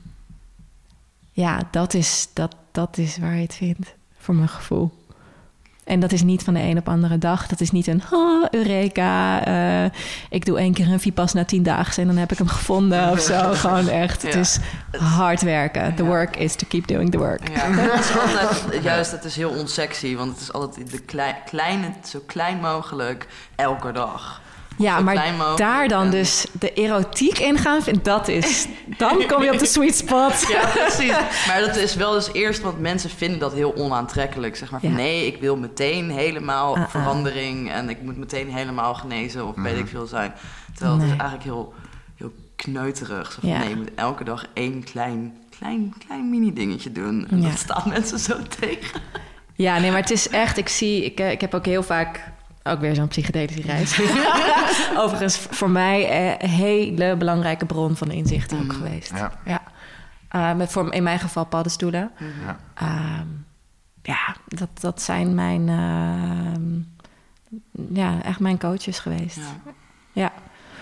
ja dat, is, dat, dat is waar je het vindt, voor mijn gevoel. En dat is niet van de een op andere dag. Dat is niet een, oh, eureka, uh, ik doe één keer een Vipassana tiendaagse en dan heb ik hem gevonden of zo. Gewoon echt, ja. Het is hard werken. The ja. work is to keep doing the work. Ja, het is altijd, juist, het is heel onsexy, want het is altijd de klei, kleine, zo klein mogelijk, elke dag. Ja, maar daar dan en... dus de erotiek in gaan vinden, dat is... Dan kom je op de sweet spot. Ja, precies. Maar dat is wel dus eerst, want mensen vinden dat heel onaantrekkelijk. Zeg maar van, ja. nee, ik wil meteen helemaal uh-uh. verandering en ik moet meteen helemaal genezen of mm. weet ik veel zijn. Terwijl nee. het is eigenlijk heel, heel kneuterig. Zo van, ja. nee, je moet elke dag één klein, klein, klein mini dingetje doen. En ja. dat staan mensen zo tegen. Ja, nee, maar het is echt... Ik zie, ik, ik heb ook heel vaak... Ook weer zo'n psychedelische reis. Overigens voor mij een hele belangrijke bron van inzichten mm. ook geweest. Ja. Ja. Uh, met voor, in mijn geval paddenstoelen. Mm-hmm. Uh, ja, dat, dat zijn mijn... Uh, ja, echt mijn coaches geweest. Ja. ja.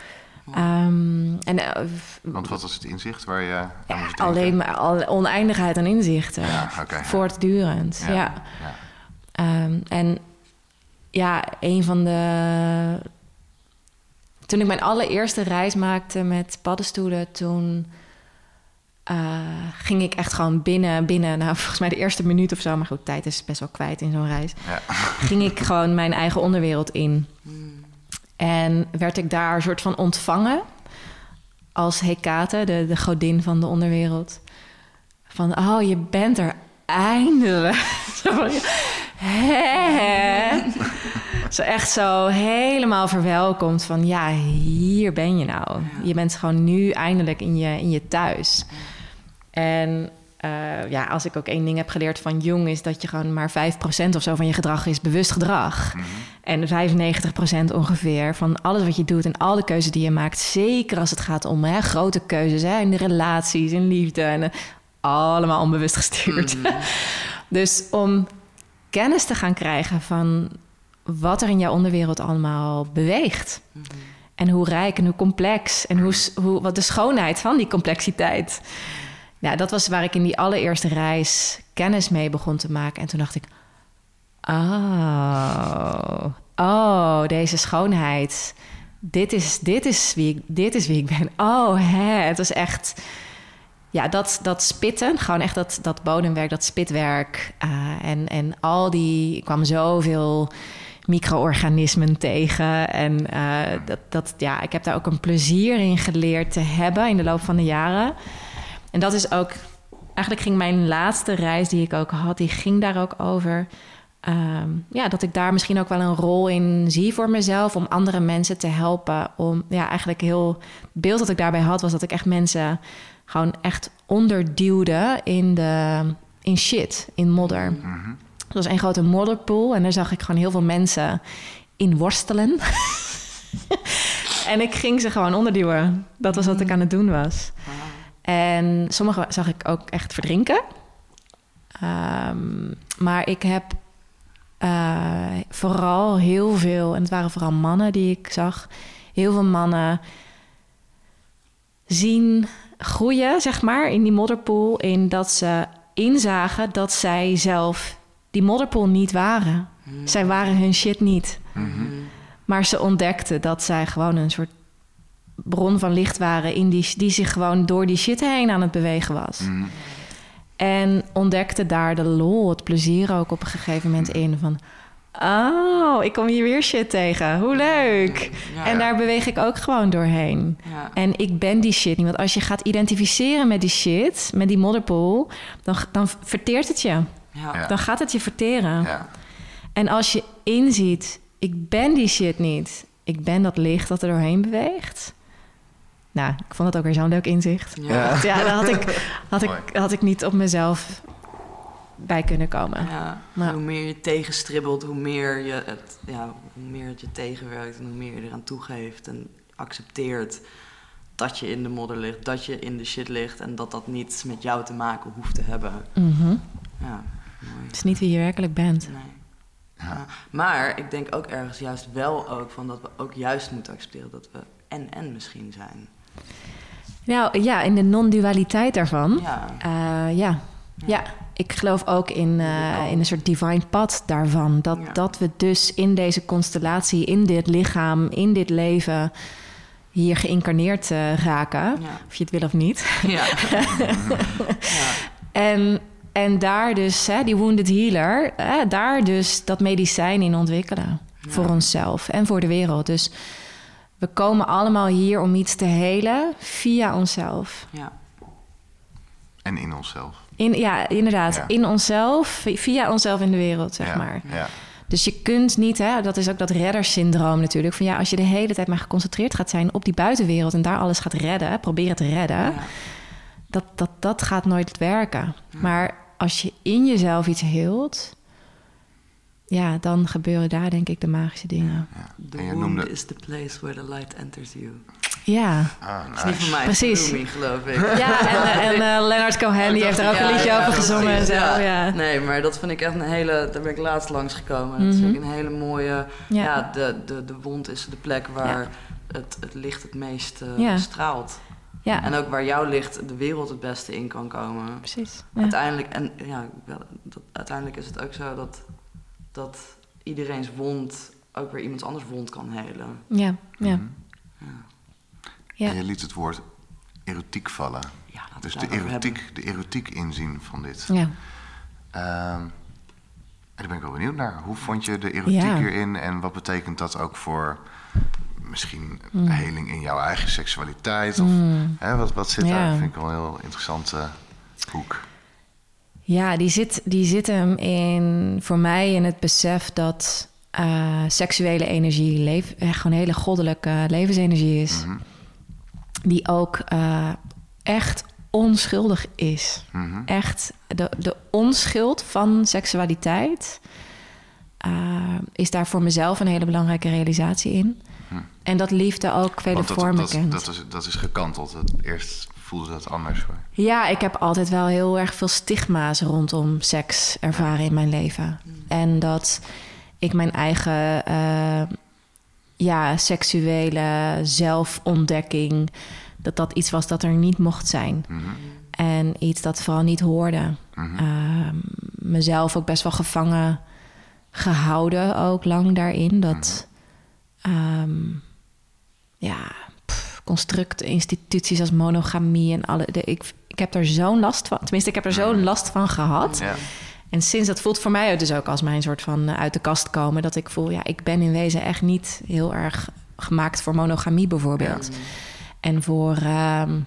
Um, en, uh, Want wat was het inzicht waar je aan ja, moest alleen maar al, oneindigheid aan inzichten. Ja, okay, voortdurend, ja. ja. ja. Um, en... Ja, een van de... Toen ik mijn allereerste reis maakte met paddenstoelen... toen uh, ging ik echt gewoon binnen, binnen... Nou, volgens mij de eerste minuut of zo... maar goed, tijd is best wel kwijt in zo'n reis... Ja. ging ik gewoon mijn eigen onderwereld in. Mm. En werd ik daar een soort van ontvangen... als Hekate, de, de godin van de onderwereld. Van, oh, je bent er eindelijk... Hè? Zo echt zo helemaal verwelkomd van... ja, hier ben je nou. Ja. Je bent gewoon nu eindelijk in je, in je thuis. En uh, ja, als ik ook één ding heb geleerd van Jung... is dat je gewoon maar vijf procent of zo van je gedrag is bewust gedrag. Mm-hmm. En vijfennegentig procent ongeveer van alles wat je doet... en al de keuzes die je maakt... zeker als het gaat om hè, grote keuzes... Hè, in de relaties, in liefde... en uh, allemaal onbewust gestuurd. Mm-hmm. Dus om... kennis te gaan krijgen van wat er in jouw onderwereld allemaal beweegt. Mm-hmm. En hoe rijk en hoe complex en hoe, hoe, wat de schoonheid van die complexiteit. Ja, dat was waar ik in die allereerste reis kennis mee begon te maken. En toen dacht ik, oh, oh, deze schoonheid. Dit is, dit is, wie, ik, dit is wie ik ben. Oh, hè, het was echt... Ja, dat, dat spitten, gewoon echt dat, dat bodemwerk, dat spitwerk. Uh, en, en al die... Ik kwam zoveel micro-organismen tegen. En uh, dat, dat, ja, ik heb daar ook een plezier in geleerd te hebben in de loop van de jaren. En dat is ook... Eigenlijk ging mijn laatste reis die ik ook had, die ging daar ook over. Um, ja, dat ik daar misschien ook wel een rol in zie voor mezelf... om andere mensen te helpen. Om, ja, eigenlijk heel... Het beeld dat ik daarbij had, was dat ik echt mensen... gewoon echt onderduwde in, de, in shit, in modder. Mm-hmm. Het was een grote modderpool en daar zag ik gewoon heel veel mensen in worstelen. En ik ging ze gewoon onderduwen. Dat was wat ik aan het doen was. En sommige zag ik ook echt verdrinken. Um, maar ik heb uh, vooral heel veel... en het waren vooral mannen die ik zag... heel veel mannen zien... groeien, zeg maar, in die modderpool... in dat ze inzagen dat zij zelf die modderpool niet waren. Mm. Zij waren hun shit niet. Mm-hmm. Maar ze ontdekten dat zij gewoon een soort bron van licht waren... In die, die zich gewoon door die shit heen aan het bewegen was. Mm. En ontdekten daar de lol, het plezier ook op een gegeven moment in... van oh, ik kom hier weer shit tegen. Hoe leuk. Ja, en daar beweeg ik ook gewoon doorheen. Ja. En ik ben die shit niet. Want als je gaat identificeren met die shit, met die modderpool... dan, dan verteert het je. Ja. Dan gaat het je verteren. Ja. En als je inziet, ik ben die shit niet. Ik ben dat licht dat er doorheen beweegt. Nou, ik vond het ook weer zo'n leuk inzicht. Ja, ja dat had ik, had, ik, had ik niet op mezelf... bij kunnen komen. Ja, ja. Hoe meer je tegenstribbelt, hoe meer, je het, ja, hoe meer het je tegenwerkt... en hoe meer je eraan toegeeft en accepteert... dat je in de modder ligt, dat je in de shit ligt en dat dat niets met jou te maken hoeft te hebben. Mm-hmm. Ja, mooi. Het is niet wie je werkelijk bent. Nee. Ja. Ja. Maar ik denk ook ergens juist wel ook van dat we ook juist moeten accepteren dat we en-en misschien zijn. Nou ja, in de non-dualiteit daarvan. Ja. Uh, ja. ja, ik geloof ook in, uh, in een soort divine pad daarvan. Dat, Ja. dat we dus in deze constellatie, in dit lichaam, in dit leven hier geïncarneerd uh, raken. Ja. Of je het wil of niet. Ja. ja. En, en daar dus, hè, die wounded healer, hè, daar dus dat medicijn in ontwikkelen. Ja. Voor onszelf en voor de wereld. Dus we komen allemaal hier om iets te helen via onszelf. Ja. En in onszelf. In, ja, inderdaad. Ja. In onszelf, via onszelf in de wereld, zeg ja. maar. Ja. Dus je kunt niet, hè, dat is ook dat reddersyndroom natuurlijk. Van ja, als je de hele tijd maar geconcentreerd gaat zijn op die buitenwereld en daar alles gaat redden, proberen te redden, Ja. dat, dat, dat gaat nooit werken. Ja. Maar als je in jezelf iets heelt, ja, dan gebeuren daar denk ik de magische dingen. Ja. The En je wound noemde... is the place where the light enters you. Ja. Ah, Dat is niet van nice. mij, Precies. Rumi, geloof ik. Ja, en, uh, en uh, Leonard Cohen, die heeft er ook Ja, een liedje ja, over precies. gezongen en zo. Ja. Ja. Nee, maar dat vind ik echt een hele... Daar ben ik laatst langs gekomen. Dat Mhm. vind ik een hele mooie... Ja. Ja, de, de, de wond is de plek waar het, het licht het meest uh, Ja. straalt. Ja, En ook waar jouw licht de wereld het beste in kan komen. precies. Ja. Uiteindelijk, en ja, wel, dat, uiteindelijk is het ook zo dat, dat iedereen's wond ook weer iemands anders wond kan helen. Ja, ja. Mhm. Ja, Ja. En je liet het woord erotiek vallen. ja laten Dus we de het daarover erotiek, de erotiek inzien van dit. Ja. Ehm, en daar ben ik wel benieuwd naar. Hoe vond je de erotiek Ja. hierin en wat betekent dat ook voor misschien Mm. heling in jouw eigen seksualiteit? Of Mm. hè, wat, wat zit Ja. daar? Dat vind ik wel een heel interessante hoek. Ja, die zit, die zit hem in, voor mij in het besef dat uh, seksuele energie leef, echt gewoon hele goddelijke levensenergie is. Mhm. Die ook uh, echt onschuldig is. Mhm. Echt, de, de onschuld van seksualiteit uh, is daar voor mezelf een hele belangrijke realisatie in. Hm. En dat liefde ook vele Want dat, vormen dat, kent. dat, is, dat is gekanteld. Het, eerst voelde dat anders voor je. Ja, ik heb altijd wel heel erg veel stigma's rondom seks ervaren in mijn leven. En dat ik mijn eigen uh, ja, seksuele zelfontdekking, dat dat iets was dat er niet mocht zijn. Mhm. En iets dat vooral niet hoorde. Mhm. Uh, mezelf ook best wel gevangen gehouden, ook lang daarin. Dat um, ja, pff, constructen, instituties als monogamie en alle. De, ik, ik heb er zo'n last van. Tenminste, ik heb er zo'n last van gehad. Ja. En sinds dat voelt voor mij dus ook als mijn soort van uh, uit de kast komen. Dat ik voel, ja, ik ben in wezen echt niet heel erg gemaakt voor monogamie bijvoorbeeld. Ja. En voor um,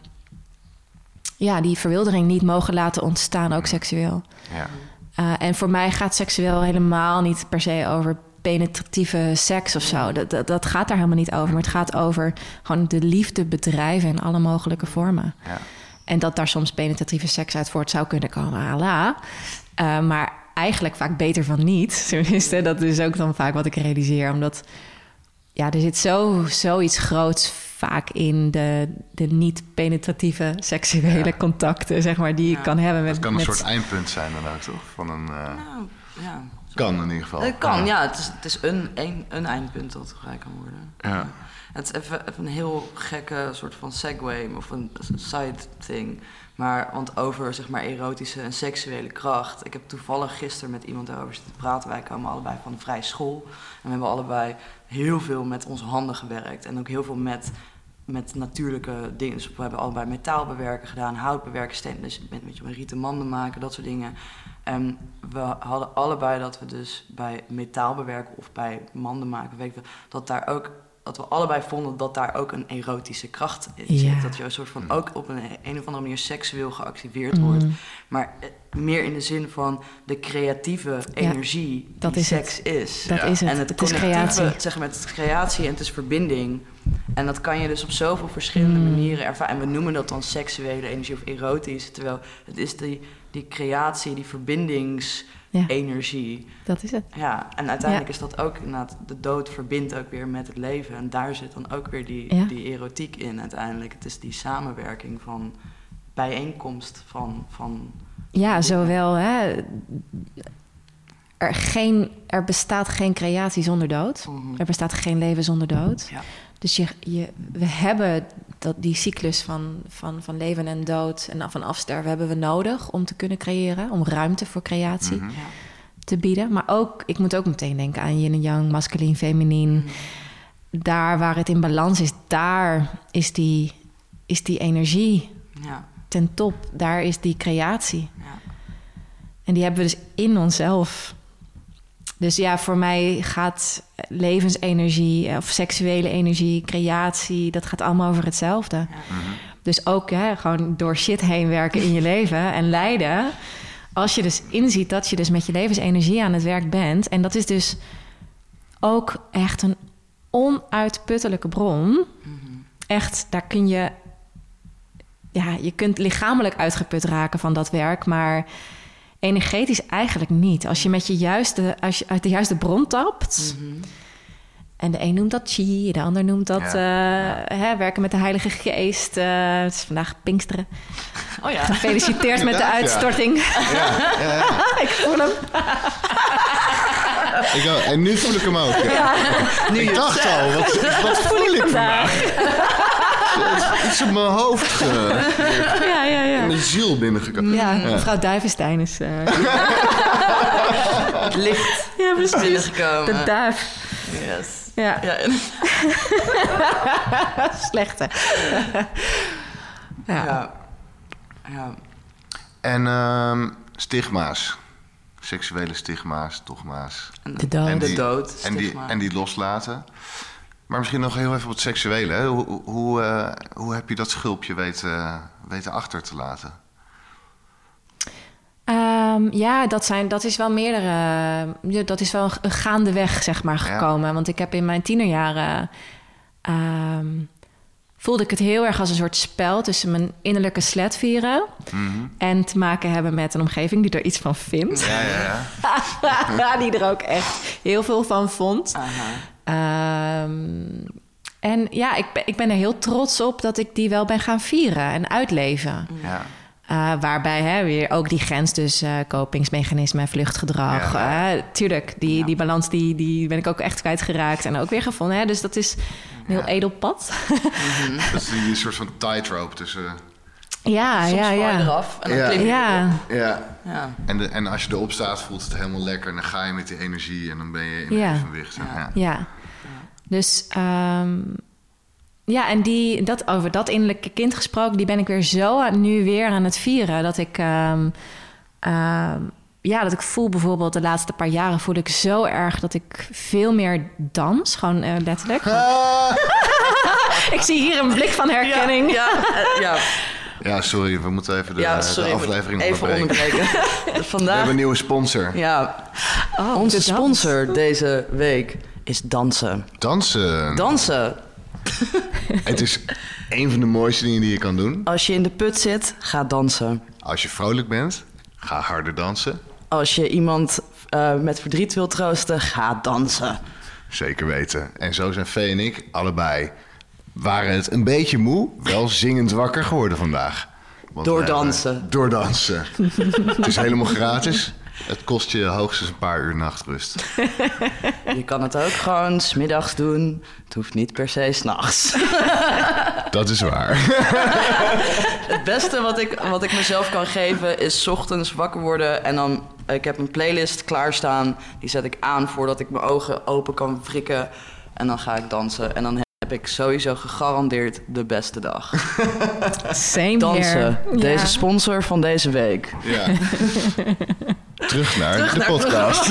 ja, die verwildering niet mogen laten ontstaan, ook seksueel. Ja. Uh, en voor mij gaat seksueel helemaal niet per se over penetratieve seks of zo. Dat, dat, dat gaat daar helemaal niet over. Maar het gaat over gewoon de liefde bedrijven in alle mogelijke vormen. Ja. En dat daar soms penetratieve seks uit voort zou kunnen komen, ala. Uh, maar eigenlijk vaak beter van niet. Tenminste, dat is ook dan vaak wat ik realiseer. Omdat ja, er zit zo, zoiets groots vaak in de, de niet-penetratieve seksuele Ja. contacten, zeg maar, die Ja. je kan hebben met... Dat kan een met, soort eindpunt zijn dan ook, toch? Van een, uh, Nou, ja. kan in ieder geval. Het kan, ja. Het is, het is een, een, een eindpunt dat gelijk kan worden. Ja. Het is even, even een heel gekke soort van segue of een side thing. Maar, want over zeg maar erotische en seksuele kracht. Ik heb toevallig gisteren met iemand daarover zitten praten. Wij komen allebei van de vrije school. En we hebben allebei heel veel met onze handen gewerkt. En ook heel veel met, met natuurlijke dingen. Dus we hebben allebei metaal bewerken gedaan, hout bewerken, steen. Dus met, weet je, rieten manden maken, dat soort dingen. En we hadden allebei dat we dus bij metaal bewerken of bij manden maken, weet je, dat daar ook, dat we allebei vonden dat daar ook een erotische kracht in zit. Ja. Dat je een soort van ook op een, een of andere manier seksueel geactiveerd wordt. Mm. Maar eh, meer in de zin van de creatieve energie dat die is seks het. is. Dat Ja. is het. En het, Het is connectieve, creatie. zeg maar, het is creatie en het is verbinding. En dat kan je dus op zoveel verschillende Mm. manieren ervaren. En we noemen dat dan seksuele energie of erotisch. Terwijl het is die, die creatie, die verbindings... Ja. energie. Dat is het. Ja, en uiteindelijk Ja. is dat ook inderdaad... De dood verbindt ook weer met het leven. En daar zit dan ook weer die, Ja. die erotiek in uiteindelijk. Het is die samenwerking van bijeenkomst van... van Ja, zowel. Hè, er, geen, er bestaat geen creatie zonder dood. Mhm. Er bestaat geen leven zonder dood. Ja. Dus je, je, we hebben dat, die cyclus van, van, van leven en dood en van afsterven hebben we nodig om te kunnen creëren, om ruimte voor creatie Mhm. Ja. te bieden. Maar ook, ik moet ook meteen denken aan yin en yang, masculin, feminien. Mhm. Daar waar het in balans is, daar is die, is die energie Ja. ten top. Daar is die creatie. Ja. En die hebben we dus in onszelf. Dus ja, voor mij gaat levensenergie of seksuele energie, creatie, dat gaat allemaal over hetzelfde. Ja. Mhm. Dus ook hè, gewoon door shit heen werken in je leven en lijden. Als je dus inziet dat je dus met je levensenergie aan het werk bent. En dat is dus ook echt een onuitputtelijke bron. Mhm. Echt, daar kun je... Ja, je kunt lichamelijk uitgeput raken van dat werk, maar energetisch eigenlijk niet. Als je met je juiste, als je uit de juiste bron tapt. Mhm. En de een noemt dat chi, de ander noemt dat Ja. eh, hè, werken met de Heilige Geest. Eh, het is vandaag Pinksteren. Oh ja. Gefeliciteerd met de Inderdaad, ja. uitstorting. Ja, ja, ja. Ik voel hem. Ik ook. En nu voel ik hem ook. Ja. Nu Ik je dacht al, wat, wat voel ik vandaag? Iets op mijn hoofd, ge- Ja, ja, in ja. mijn ziel binnengekomen. Ja, mevrouw Duivenstein is... eh, het licht ja, is precies. binnengekomen. De duif. Yes. Ja, Ja, en- slechte. Ja. ja. Ja. En ehm, stigma's. Seksuele stigma's, dogma's. En De dood. En de die- dood. En die, stigma. en die loslaten. Maar misschien nog heel even op het seksuele. Hè? Hoe, hoe, eh, hoe heb je dat schulpje weten, weten achter te laten? Ehm, ja, dat, zijn, dat is wel meerdere... ja, dat is wel een gaandeweg, zeg maar, Ja. gekomen. Want ik heb in mijn tienerjaren... ehm, voelde ik het heel erg als een soort spel tussen mijn innerlijke sletvieren Mhm. en te maken hebben met een omgeving die er iets van vindt. Ja, ja, ja. Die er ook echt heel veel van vond. Aha. Ehm, en ja, ik ben, ik ben er heel trots op dat ik die wel ben gaan vieren en uitleven. ja. Uh, waarbij hè, weer ook die grens tussen kopingsmechanismen, vluchtgedrag. Ja, ja. Uh, tuurlijk, die, Ja. die balans die, die ben ik ook echt kwijtgeraakt en ook weer gevonden. Hè? Dus dat is een heel Ja. edel pad. Dat is die soort van tightrope tussen... ja, Soms ja, val je ja. eraf en dan Ja. klim je Ja, Ja. Ja. En, de, en als je erop staat, voelt het helemaal lekker. En dan ga je met die energie en dan ben je in Ja. evenwicht. Ja. Ja. ja. Dus ehm, ja, en die, dat, over dat innerlijke kind gesproken, die ben ik weer zo aan, nu weer aan het vieren. Dat ik, ehm, ehm, ja, dat ik voel bijvoorbeeld de laatste paar jaren voel ik zo erg dat ik veel meer dans. Gewoon eh, letterlijk. Ik zie hier een blik van herkenning. Ja, ja, ja. Ja, sorry, we moeten even de, ja, sorry. de aflevering even onderbreken. onderbreken. We Vandaag, hebben een nieuwe sponsor. ja, Oh, onze de dans. sponsor deze week is dansen. Dansen. Dansen. Het is een van de mooiste dingen die je kan doen. Als je in de put zit, ga dansen. Als je vrolijk bent, ga harder dansen. Als je iemand uh, met verdriet wilt troosten, ga dansen. Zeker weten. En zo zijn Vee en ik allebei... waren het een beetje moe, wel zingend wakker geworden vandaag. Want Door we hebben- dansen. Door dansen. Het is helemaal gratis. Het kost je hoogstens een paar uur nachtrust. Je kan het ook gewoon 's middags doen. Het hoeft niet per se 's nachts. Dat is waar. Het beste wat ik, wat ik mezelf kan geven is 's ochtends wakker worden en dan... Ik heb een playlist klaarstaan. Die zet ik aan voordat ik mijn ogen open kan wrikken. En dan ga ik dansen. En dan heb ik sowieso gegarandeerd de beste dag. Same Dansen. here. Deze Ja. sponsor van deze week. Ja. Terug naar Terug de naar- podcast.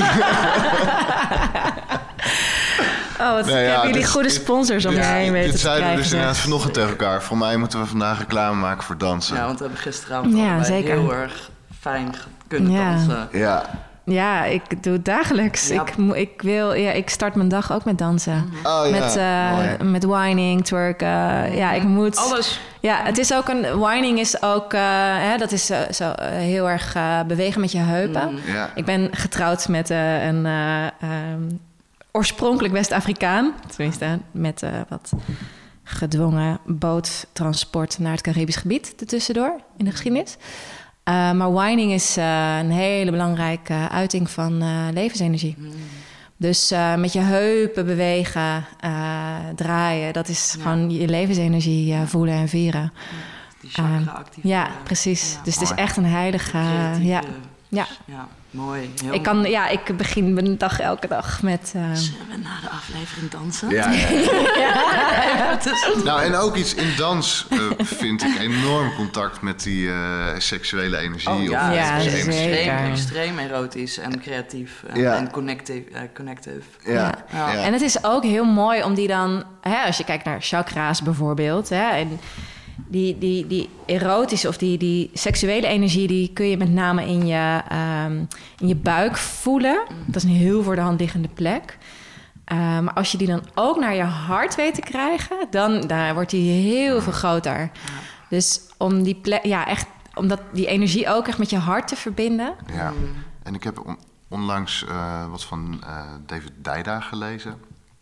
Oh, wat Nou ja, hebben jullie dit- goede dit- sponsors om je dit- heen weten Dit te zeiden we krijgen. dus zeg. inderdaad vanochtend tegen elkaar. Voor mij moeten we vandaag reclame maken voor dansen. Ja, want we hebben gisteravond Ja, allebei zeker. heel erg fijn ge- kunnen Ja. dansen. Ja. Ja, ik doe het dagelijks. Ja. Ik, mo- ik, wil, ja, ik start mijn dag ook met dansen. Oh ja, met, eh, mooi. met whining, twerken. Ja, ik moet... Alles. Ja, het is ook een... Whining is ook... Uh, hè, dat is uh, zo uh, heel erg uh, bewegen met je heupen. Mm. Ja. Ik ben getrouwd met uh, een... Uh, um, oorspronkelijk West-Afrikaan. Tenminste, met uh, wat gedwongen boottransport naar het Caribisch gebied ertussendoor in de geschiedenis. Uh, maar whining is uh, een hele belangrijke uiting van uh, levensenergie. Mm. Dus uh, met je heupen bewegen, uh, draaien, dat is ja. gewoon je levensenergie uh, voelen en vieren. Ja, die chakra uh, activeren. Ja, precies. Ja. Dus Mooi. Het is echt een heilige... Uh, ja. Ja. ja, mooi. Heel ik, kan, mooi. Ja, ik begin mijn dag elke dag met... Uh... Zullen we na de aflevering dansen? Ja, ja, ja. ja. Nou, en ook iets in dans uh, vind ik enorm contact met die uh, seksuele energie. Oh, ja, of ja extreem, zeker. extreem erotisch en creatief en, ja. en connective. Uh, connective. Ja. Ja. Ja. Ja. En het is ook heel mooi om die dan... Hè, als je kijkt naar chakra's bijvoorbeeld... Hè, en Die, die, die erotische of die, die seksuele energie... die kun je met name in je, um, in je buik voelen. Dat is een heel voor de hand liggende plek. Uh, maar als je die dan ook naar je hart weet te krijgen... dan daar wordt die heel veel groter. Ja. Dus om die plek, ja, echt, om dat, die energie ook echt met je hart te verbinden. Ja, en ik heb on, onlangs uh, wat van uh, David Deida gelezen.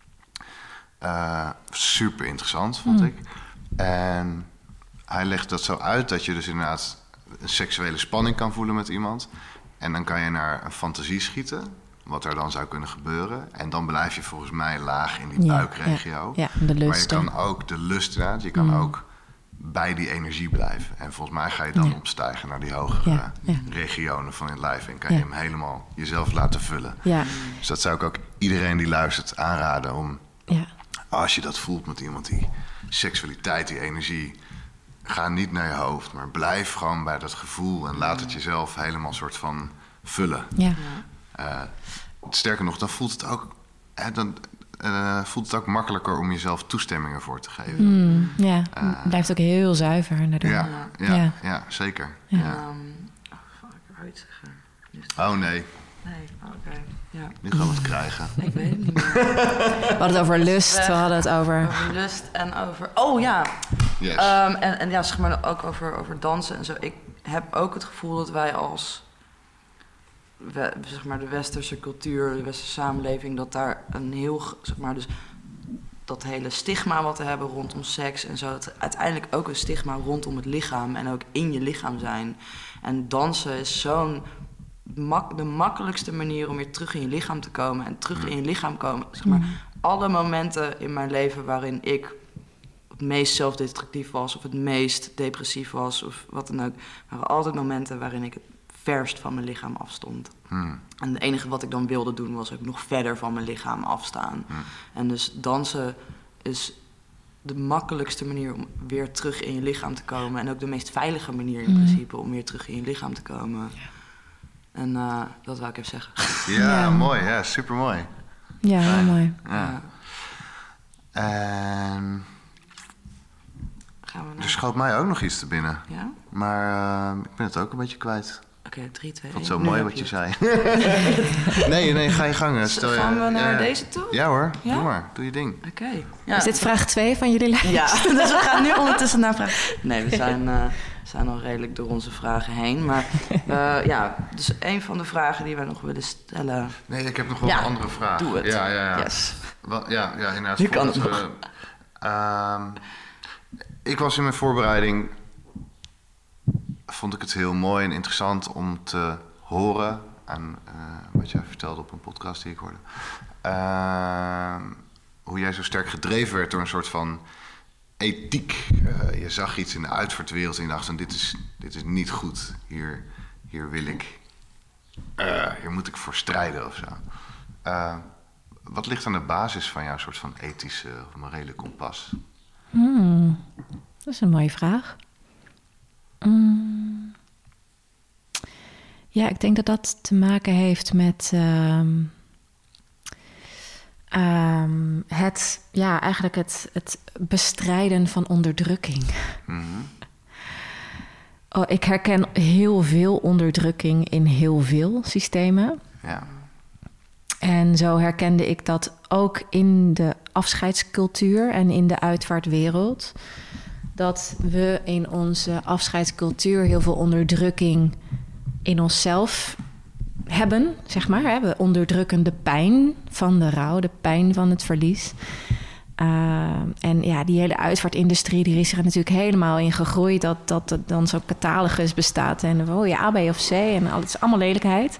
Uh, super interessant, vond mm. ik. En... Hij legt dat zo uit dat je dus inderdaad een seksuele spanning kan voelen met iemand. En dan kan je naar een fantasie schieten, wat er dan zou kunnen gebeuren. En dan blijf je volgens mij laag in die ja, buikregio. Ja, ja, de lust. Maar je kan ook de lust inderdaad, je kan mm. ook bij die energie blijven. En volgens mij ga je dan ja. opstijgen naar die hogere ja, ja. regionen van je lijf. En kan je ja. hem helemaal jezelf laten vullen. Ja. Dus dat zou ik ook iedereen die luistert aanraden om... Ja. Als je dat voelt met iemand, die seksualiteit, die energie... Ga niet naar je hoofd, maar blijf gewoon bij dat gevoel... en laat het jezelf helemaal soort van vullen. Ja. Uh, sterker nog, dan voelt het ook... Hè, dan uh, voelt het ook makkelijker om jezelf toestemmingen voor te geven. Mm, ja, uh, het blijft ook heel zuiver inderdaad. Ja, ja, ja. ja zeker. Ja. Ja. Um, oh, fuck, ik wou iets zeggen. Dus... Oh, nee. Nee, oké. Okay. Ja. Nu gaan we het krijgen. Ik weet het niet meer. We hadden het over lust, we hadden het over... Over lust en over... Oh ja! Yes. Um, en, en ja, zeg maar ook over, over dansen en zo. Ik heb ook het gevoel dat wij als... We, zeg maar de westerse cultuur, de westerse samenleving... dat daar een heel... Zeg maar dus dat hele stigma wat we hebben rondom seks en zo... dat uiteindelijk ook een stigma rondom het lichaam... en ook in je lichaam zijn. En dansen is zo'n... Mak- de makkelijkste manier om weer terug in je lichaam te komen... en terug in je lichaam komen. Zeg maar, mm. alle momenten in mijn leven waarin ik het meest zelfdestructief was... of het meest depressief was of wat dan ook... waren altijd momenten waarin ik het verst van mijn lichaam afstond. Mm. En het enige wat ik dan wilde doen was ook nog verder van mijn lichaam afstaan. Mm. En dus dansen is de makkelijkste manier om weer terug in je lichaam te komen... en ook de meest veilige manier in mm. principe om weer terug in je lichaam te komen... Ja. En uh, dat wou ik even zeggen. Ja, ja. mooi. Ja, supermooi. Ja, heel Fijn. mooi. Ja. En... Gaan we naar... Er schoot mij ook nog iets te binnen. Ja? Maar uh, ik ben het ook een beetje kwijt. Oké, okay, drie, twee, één. Vond het zo mooi wat je, je zei. nee, nee, ga je gang. Stel je, gaan we naar uh, deze toe? Ja hoor, ja? doe maar. Doe je ding. Oké. Okay. Ja. Is dit vraag twee van jullie lijst? Ja, dus we gaan nu ondertussen naar vraag... Nee, we zijn... Uh, We zijn al redelijk door onze vragen heen. Maar uh, ja, dus een van de vragen die wij nog willen stellen... Nee, ik heb nog wel ja, een andere vraag. Doe het. Ja, ja, ja. Yes. Wel, ja, ja, inderdaad. Nu kan het we, nog. Uh, ik was in mijn voorbereiding... vond ik het heel mooi en interessant om te horen... aan uh, wat jij vertelde op een podcast die ik hoorde. Uh, hoe jij zo sterk gedreven werd door een soort van... ethiek. Uh, je zag iets in de uitvaartwereld en je dacht van dit is, dit is niet goed. Hier, hier wil ik, uh, hier moet ik voor strijden of zo. Uh, wat ligt aan de basis van jouw soort van ethische of morele kompas? Hmm, dat is een mooie vraag. Hmm. Ja, ik denk dat dat te maken heeft met... Um, Um, het, ja, eigenlijk het, het bestrijden van onderdrukking. Mm-hmm. Oh, ik herken heel veel onderdrukking in heel veel systemen. Ja. En zo herkende ik dat ook in de afscheidscultuur en in de uitvaartwereld. dat we in onze afscheidscultuur heel veel onderdrukking in onszelf hebben, zeg maar. Hè? We onderdrukken de pijn van de rouw, de pijn van het verlies. Uh, en ja, die hele uitvaartindustrie, die is er natuurlijk helemaal in gegroeid... dat, dat er dan zo'n catalogus bestaat en oh ja, A, B of C en al, het is allemaal lelijkheid.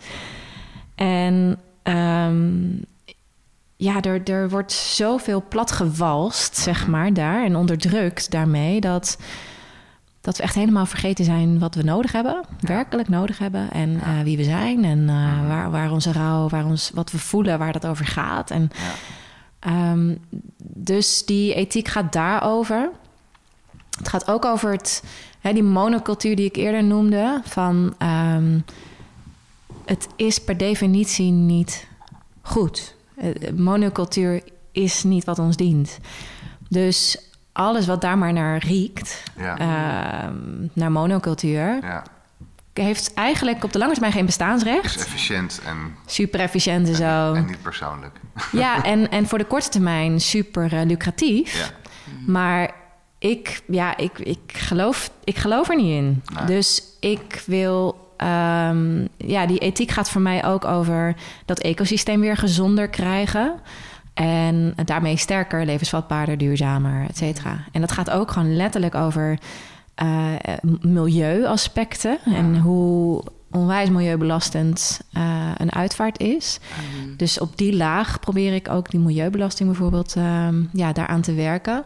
En um, ja, er, er wordt zoveel platgewalst, zeg maar, daar en onderdrukt daarmee... dat, dat we echt helemaal vergeten zijn wat we nodig hebben, werkelijk nodig hebben... en uh, wie we zijn en uh, waar, waar onze rouw, waar ons, wat we voelen, waar dat over gaat... En, Ja. Um, dus die ethiek gaat daarover. Het gaat ook over het, hè, die monocultuur die ik eerder noemde. Van um, het is per definitie niet goed. Uh, monocultuur is niet wat ons dient. Dus alles wat daar maar naar riekt, Ja. uh, naar monocultuur... Ja. heeft eigenlijk op de lange termijn geen bestaansrecht. Is efficiënt en, Super efficiënt en en, zo. en niet persoonlijk. Ja, en, en voor de korte termijn super uh, lucratief. Ja. Maar ik, ja, ik, ik, geloof, ik geloof er niet in. Nee. Dus ik wil... Um, ja, die ethiek gaat voor mij ook over dat ecosysteem weer gezonder krijgen. En daarmee sterker, levensvatbaarder, duurzamer, et cetera. En dat gaat ook gewoon letterlijk over... Uh, milieuaspecten en hoe onwijs milieubelastend uh, een uitvaart is. Mm. Dus op die laag probeer ik ook die milieubelasting bijvoorbeeld uh, ja, daaraan te werken.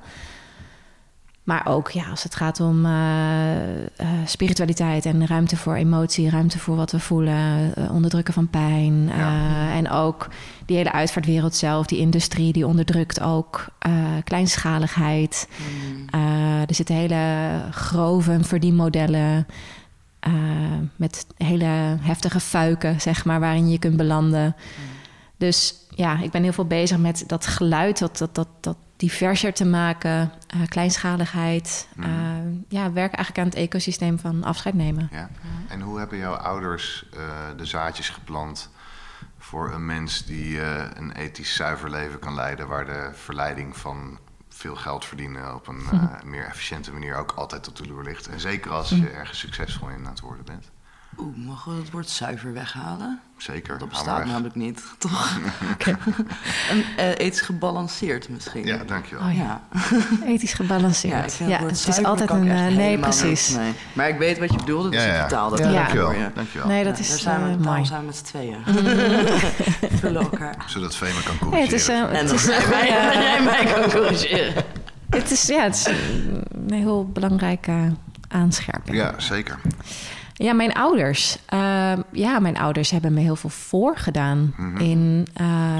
Maar ook ja, als het gaat om uh, uh, spiritualiteit en ruimte voor emotie, ruimte voor wat we voelen, uh, onderdrukken van pijn. Uh, Ja. En ook die hele uitvaartwereld zelf, die industrie, die onderdrukt ook uh, kleinschaligheid. Mm. Uh, er zitten hele grove verdienmodellen uh, met hele heftige fuiken, zeg maar, waarin je kunt belanden. Mm. Dus ja, ik ben heel veel bezig met dat geluid, dat, dat, dat, dat diverser te maken, uh, kleinschaligheid. Mm. Uh, ja, werken eigenlijk aan het ecosysteem van afscheid nemen. Ja. En hoe hebben jouw ouders uh, de zaadjes geplant voor een mens die uh, een ethisch zuiver leven kan leiden, waar de verleiding van veel geld verdienen op een uh, meer efficiënte manier ook altijd op de loer ligt? En zeker als je ergens succesvol in aan het worden bent. Oeh, mogen we het woord zuiver weghalen? Zeker. Dat haal maar bestaat weg. namelijk niet, toch? En uh, ethisch gebalanceerd misschien. Ja, dankjewel. Oh, Ja. Ethisch gebalanceerd. Ja, ik vind Ja, het, woord het is zuiver altijd kan een... ik echt uh, nee, helemaal precies. niet, nee. Maar ik weet wat je bedoelde, dus Ja, ja. ik vertaal dat Ja, even dankjewel. voor je. dankjewel. Nee, dat Ja, is daar zijn we, uh, daarom mooi. zijn we met z'n tweeën. Vullen elkaar. Zodat Vee me kan Nee, het corrigeren. is, uh, En het dan is, jij mij, uh, jij mij kan corrigeren. het is, ja, het is een heel belangrijke aanscherping. Ja, zeker. Ja, mijn ouders. Uh, ja, mijn ouders hebben me heel veel voorgedaan Mhm. in uh,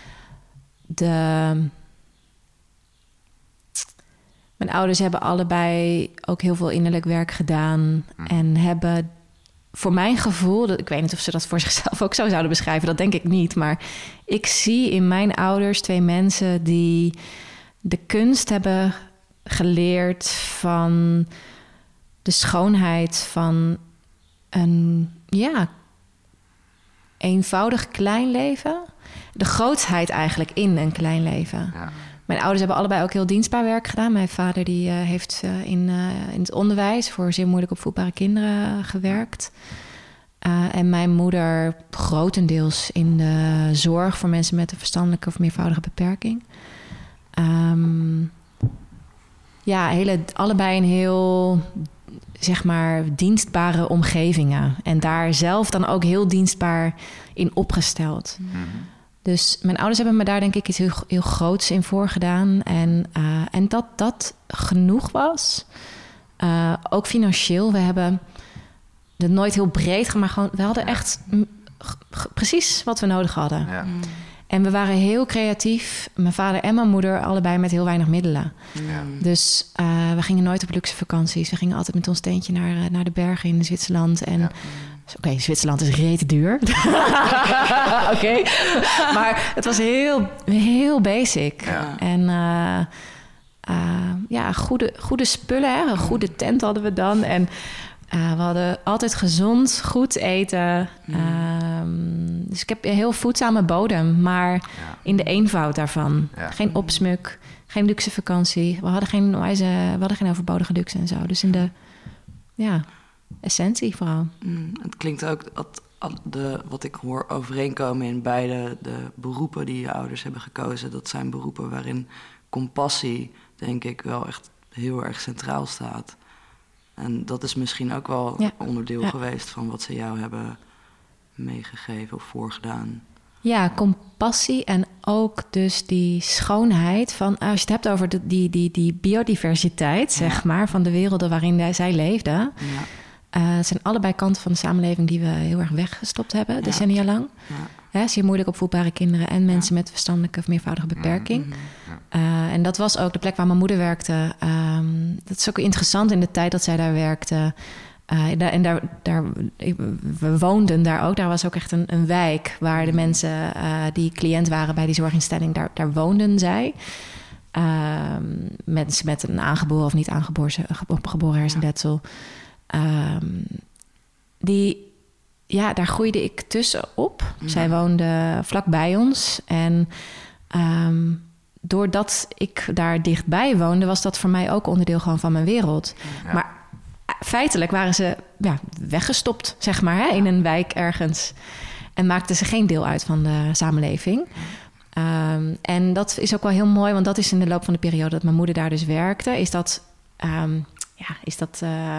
de... Mijn ouders hebben allebei ook heel veel innerlijk werk gedaan. Mhm. En hebben voor mijn gevoel... Dat, ik weet niet of ze dat voor zichzelf ook zo zouden beschrijven. Dat denk ik niet. Maar ik zie in mijn ouders twee mensen die de kunst hebben geleerd van de schoonheid van een ja, eenvoudig klein leven. De grootsheid eigenlijk in een klein leven. Ja. Mijn ouders hebben allebei ook heel dienstbaar werk gedaan. Mijn vader die, uh, heeft uh, in, uh, in het onderwijs voor zeer moeilijk opvoedbare kinderen gewerkt. Uh, en mijn moeder grotendeels in de zorg voor mensen met een verstandelijke of meervoudige beperking. Um, ja, hele, allebei een heel, zeg maar, dienstbare omgevingen. En daar zelf dan ook heel dienstbaar in opgesteld. Mhm. Dus mijn ouders hebben me daar denk ik iets heel, heel groots in voorgedaan. En, uh, en dat dat genoeg was. Uh, ook financieel. We hebben het nooit heel breed gemaakt. Maar gewoon, we hadden echt m, g, g, precies wat we nodig hadden. Ja. Mm. En we waren heel creatief. Mijn vader en mijn moeder allebei met heel weinig middelen. Ja. Dus uh, we gingen nooit op luxe vakanties. We gingen altijd met ons teentje naar, uh, naar de bergen in Zwitserland. En Ja. oké, okay, Zwitserland is rete duur. Oké. Okay. Maar het was heel, heel basic. Ja. En uh, uh, ja, goede, goede spullen. Hè? Een goede tent hadden we dan. En uh, we hadden altijd gezond, goed eten. Mm. Um, dus ik heb een heel voedzame bodem. Maar Ja. in de eenvoud daarvan. Ja. Geen opsmuk. geen luxe vakantie. We hadden geen, wijze, we hadden geen overbodige luxe en zo. Dus in de ja, essentie vooral. Mm, het klinkt ook dat de, wat ik hoor overeenkomen in beide de beroepen die je ouders hebben gekozen. Dat zijn beroepen waarin compassie, denk ik, wel echt heel erg centraal staat. En dat is misschien ook wel ja. onderdeel ja. geweest van wat ze jou hebben meegegeven of voorgedaan. Ja, compassie en ook dus die schoonheid van... als je het hebt over de, die, die, die biodiversiteit, ja. zeg maar... van de werelden waarin zij leefden... Ja. Uh, het zijn allebei kanten van de samenleving die we heel erg weggestopt hebben, ja. decennia lang. Ja. Hè, zeer moeilijk opvoedbare kinderen en mensen ja. met verstandelijke of meervoudige beperking. Mm-hmm. Ja. Uh, en dat was ook de plek waar mijn moeder werkte. Um, dat is ook interessant in de tijd dat zij daar werkte... Uh, en daar, daar, we woonden daar ook. Daar was ook echt een, een wijk waar de mensen uh, die cliënt waren bij die zorginstelling, daar, daar woonden zij. Uh, mensen met een aangeboren of niet aangeboren geboren hersenletsel. Uh, die, ja, daar groeide ik tussen op. Ja. Zij woonde vlakbij ons. En um, doordat ik daar dichtbij woonde, was dat voor mij ook onderdeel gewoon van mijn wereld. Ja. Maar feitelijk waren ze ja, weggestopt, zeg maar, hè, in een wijk ergens. En maakten ze geen deel uit van de samenleving. Um, en dat is ook wel heel mooi, want dat is in de loop van de periode dat mijn moeder daar dus werkte. Is dat, um, ja, is dat, uh,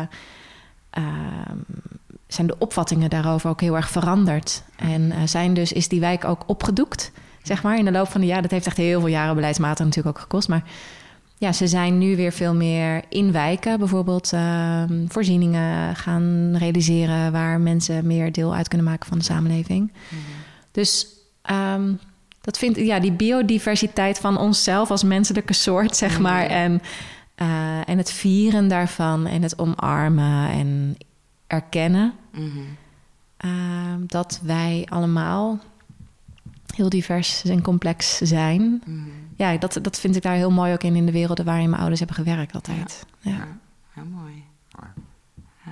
um, zijn de opvattingen daarover ook heel erg veranderd. En uh, zijn dus, is die wijk ook opgedoekt, zeg maar, in de loop van de jaren. Dat heeft echt heel veel jaren beleidsmatig natuurlijk ook gekost, maar... Ja, ze zijn nu weer veel meer in wijken, bijvoorbeeld uh, voorzieningen gaan realiseren... waar mensen meer deel uit kunnen maken van de samenleving. Mm-hmm. Dus um, dat vind, ja, die biodiversiteit van onszelf als menselijke soort, zeg mm-hmm. maar... En, uh, en het vieren daarvan en het omarmen en erkennen... Mm-hmm. Uh, dat wij allemaal heel divers en complex zijn... Mm-hmm. Ja, dat, dat vind ik daar heel mooi ook in, in de werelden waarin mijn ouders hebben gewerkt altijd. Ja, ja. ja heel mooi. Ja.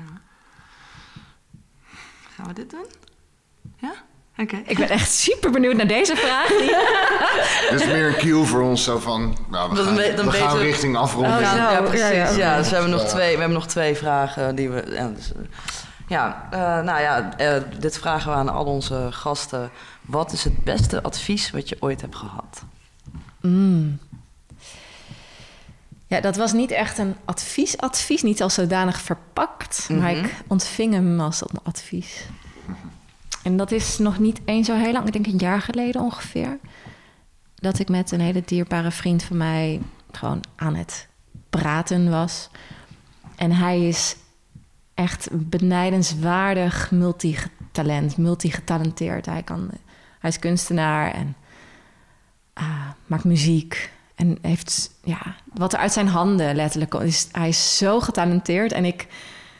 Gaan we dit doen? Ja? Oké. Okay. Ik ben echt super benieuwd naar deze vraag. Dit is meer een cue voor ons, zo van, nou, we gaan, dan, dan we gaan we... richting afronding. Oh, ja, ja, precies. Ja, ja. ja, dus we hebben nog twee, we hebben nog twee vragen die we... Ja, dus, ja uh, nou ja, uh, dit vragen we aan al onze gasten. Wat is het beste advies wat je ooit hebt gehad? Mm. Ja, dat was niet echt een advies, advies, niet als zodanig verpakt, mm-hmm. maar ik ontving hem als een advies. En dat is nog niet eens zo heel lang, ik denk een jaar geleden ongeveer, dat ik met een hele dierbare vriend van mij gewoon aan het praten was. En hij is echt benijdenswaardig multitalent, multigetalenteerd. Hij kan, hij is kunstenaar en Uh, maakt muziek en heeft, ja, wat er uit zijn handen letterlijk is. Hij is zo getalenteerd en ik,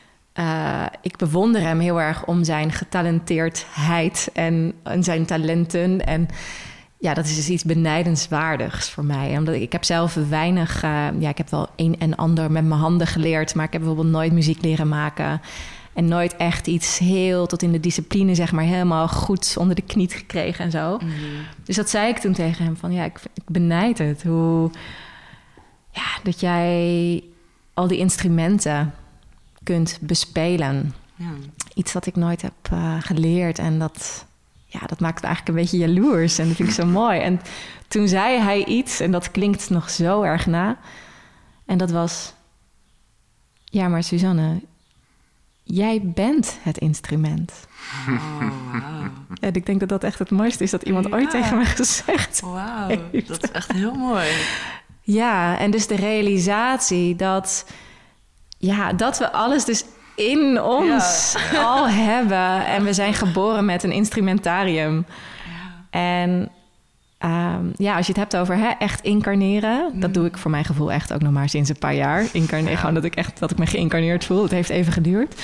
uh, ik bewonder hem heel erg om zijn getalenteerdheid en, en zijn talenten. En ja, dat is dus iets benijdenswaardigs voor mij. Omdat ik, ik heb zelf weinig, uh, ja, ik heb wel een en ander met mijn handen geleerd, maar ik heb bijvoorbeeld nooit muziek leren maken. En nooit echt iets heel tot in de discipline, zeg maar, helemaal goed onder de knie gekregen en zo. Mm-hmm. Dus dat zei ik toen tegen hem van, ja, ik, ik benijd het. Hoe, ja, dat jij al die instrumenten kunt bespelen. Ja. Iets dat ik nooit heb uh, geleerd. En dat, ja, dat maakt me eigenlijk een beetje jaloers. En dat vind ik zo mooi. En toen zei hij iets, en dat klinkt nog zo erg na. En dat was, ja, maar Suzanne... Jij bent het instrument. Oh, wow. En ik denk dat dat echt het mooiste is dat iemand ja. ooit tegen mij gezegd Wauw, heeft. Dat is echt heel mooi. Ja, en dus de realisatie dat, ja, dat we alles dus in ons ja. al hebben. En we zijn geboren met een instrumentarium. Ja. En um, ja, als je het hebt over hè, echt incarneren... Mm. dat doe ik voor mijn gevoel echt ook nog maar sinds een paar jaar. Incarne- ja. Gewoon dat ik echt dat ik me geïncarneerd voel. Het heeft even geduurd.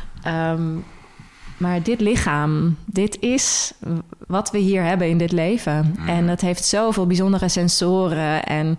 Um, maar dit lichaam, dit is wat we hier hebben in dit leven. Mm. En het heeft zoveel bijzondere sensoren. En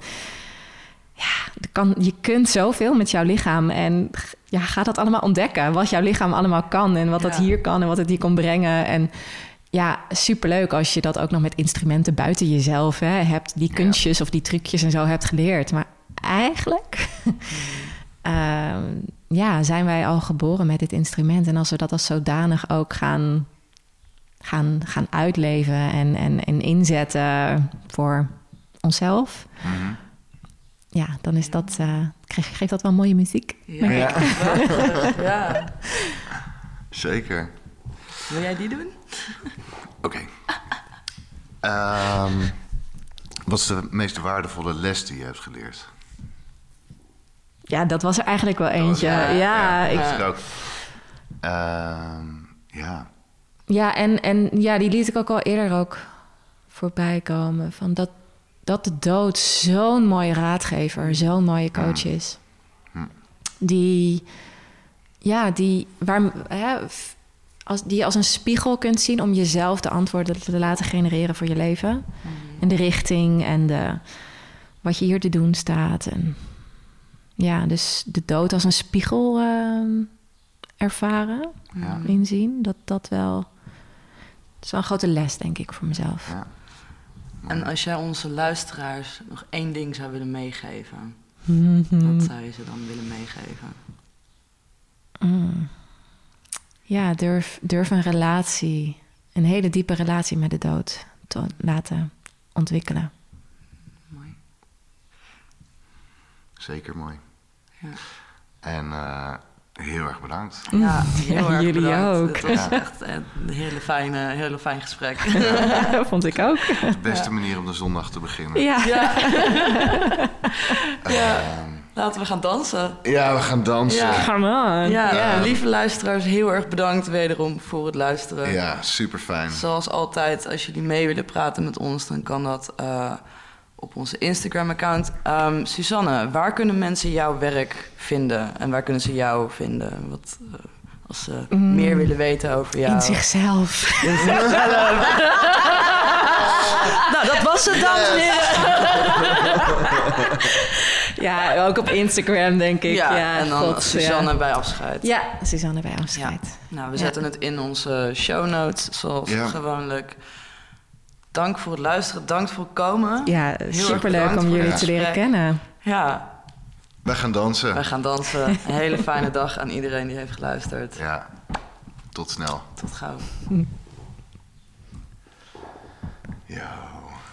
ja, kan, je kunt zoveel met jouw lichaam. En ja, ga dat allemaal ontdekken. Wat jouw lichaam allemaal kan. En wat ja. het hier kan en wat het hier kon brengen. En ja, superleuk als je dat ook nog met instrumenten buiten jezelf hè, hebt. Die kunstjes ja. of die trucjes en zo hebt geleerd. Maar eigenlijk uh, ja, zijn wij al geboren met dit instrument. En als we dat als zodanig ook gaan, gaan, gaan uitleven en, en, en inzetten voor onszelf... Mm-hmm. Ja, dan is dat, uh, geeft dat wel mooie muziek. Ja, ja. ja. Zeker. Wil jij die doen? Oké. Okay. Um, wat is de meest waardevolle les die je hebt geleerd? Ja, dat was er eigenlijk wel eentje. Was, uh, ja, ja, ik... ik ook. Uh, ja. Ja, en, en ja, die liet ik ook al eerder ook voorbij komen. Van dat, dat de dood zo'n mooie raadgever, zo'n mooie coach is. Hmm. Die, ja, die, waar, hè, als, die je als een spiegel kunt zien om jezelf de antwoorden te laten genereren voor je leven. Hmm. En de richting en de, wat je hier te doen staat. En ja, dus de dood als een spiegel uh, ervaren, ja. inzien. Dat dat wel, dat is wel een grote les, denk ik, voor mezelf. Ja. En als jij onze luisteraars nog één ding zou willen meegeven, mm-hmm. wat zou je ze dan willen meegeven? Mm. Ja, durf, durf een relatie, een hele diepe relatie met de dood te laten ontwikkelen. Mooi. Zeker mooi. Ja. En uh, heel erg bedankt. Ja, heel erg jullie bedankt. ook. Het was ja. echt een hele fijne, hele fijn gesprek. Ja. Vond ik ook. De beste ja. manier om de zondag te beginnen. Ja. ja. ja. Uh, Laten we gaan dansen. Ja, we gaan dansen. Ja. Come on. Ja, ja. Lieve luisteraars, heel erg bedankt wederom voor het luisteren. Ja, super fijn. Zoals altijd, als jullie mee willen praten met ons, dan kan dat uh, op onze Instagram-account. Um, Suzanne, waar kunnen mensen jouw werk vinden? En waar kunnen ze jou vinden? Wat, uh, als ze mm. meer willen weten over jou. In zichzelf. In zichzelf. Nou, dat was het, dames en heren. Ja, ook op Instagram, denk ik. Ja, ja en dan God, Suzanne ja. bij afscheid. Ja, Suzanne bij afscheid. Ja. Nou, we zetten ja. het in onze show notes, zoals ja. gewoonlijk. Dank voor het luisteren, dank voor het komen. Ja, superleuk om jullie te leren kennen. Ja. Wij gaan dansen. Wij gaan dansen. Een hele fijne dag aan iedereen die heeft geluisterd. Ja, tot snel. Tot gauw. Ja.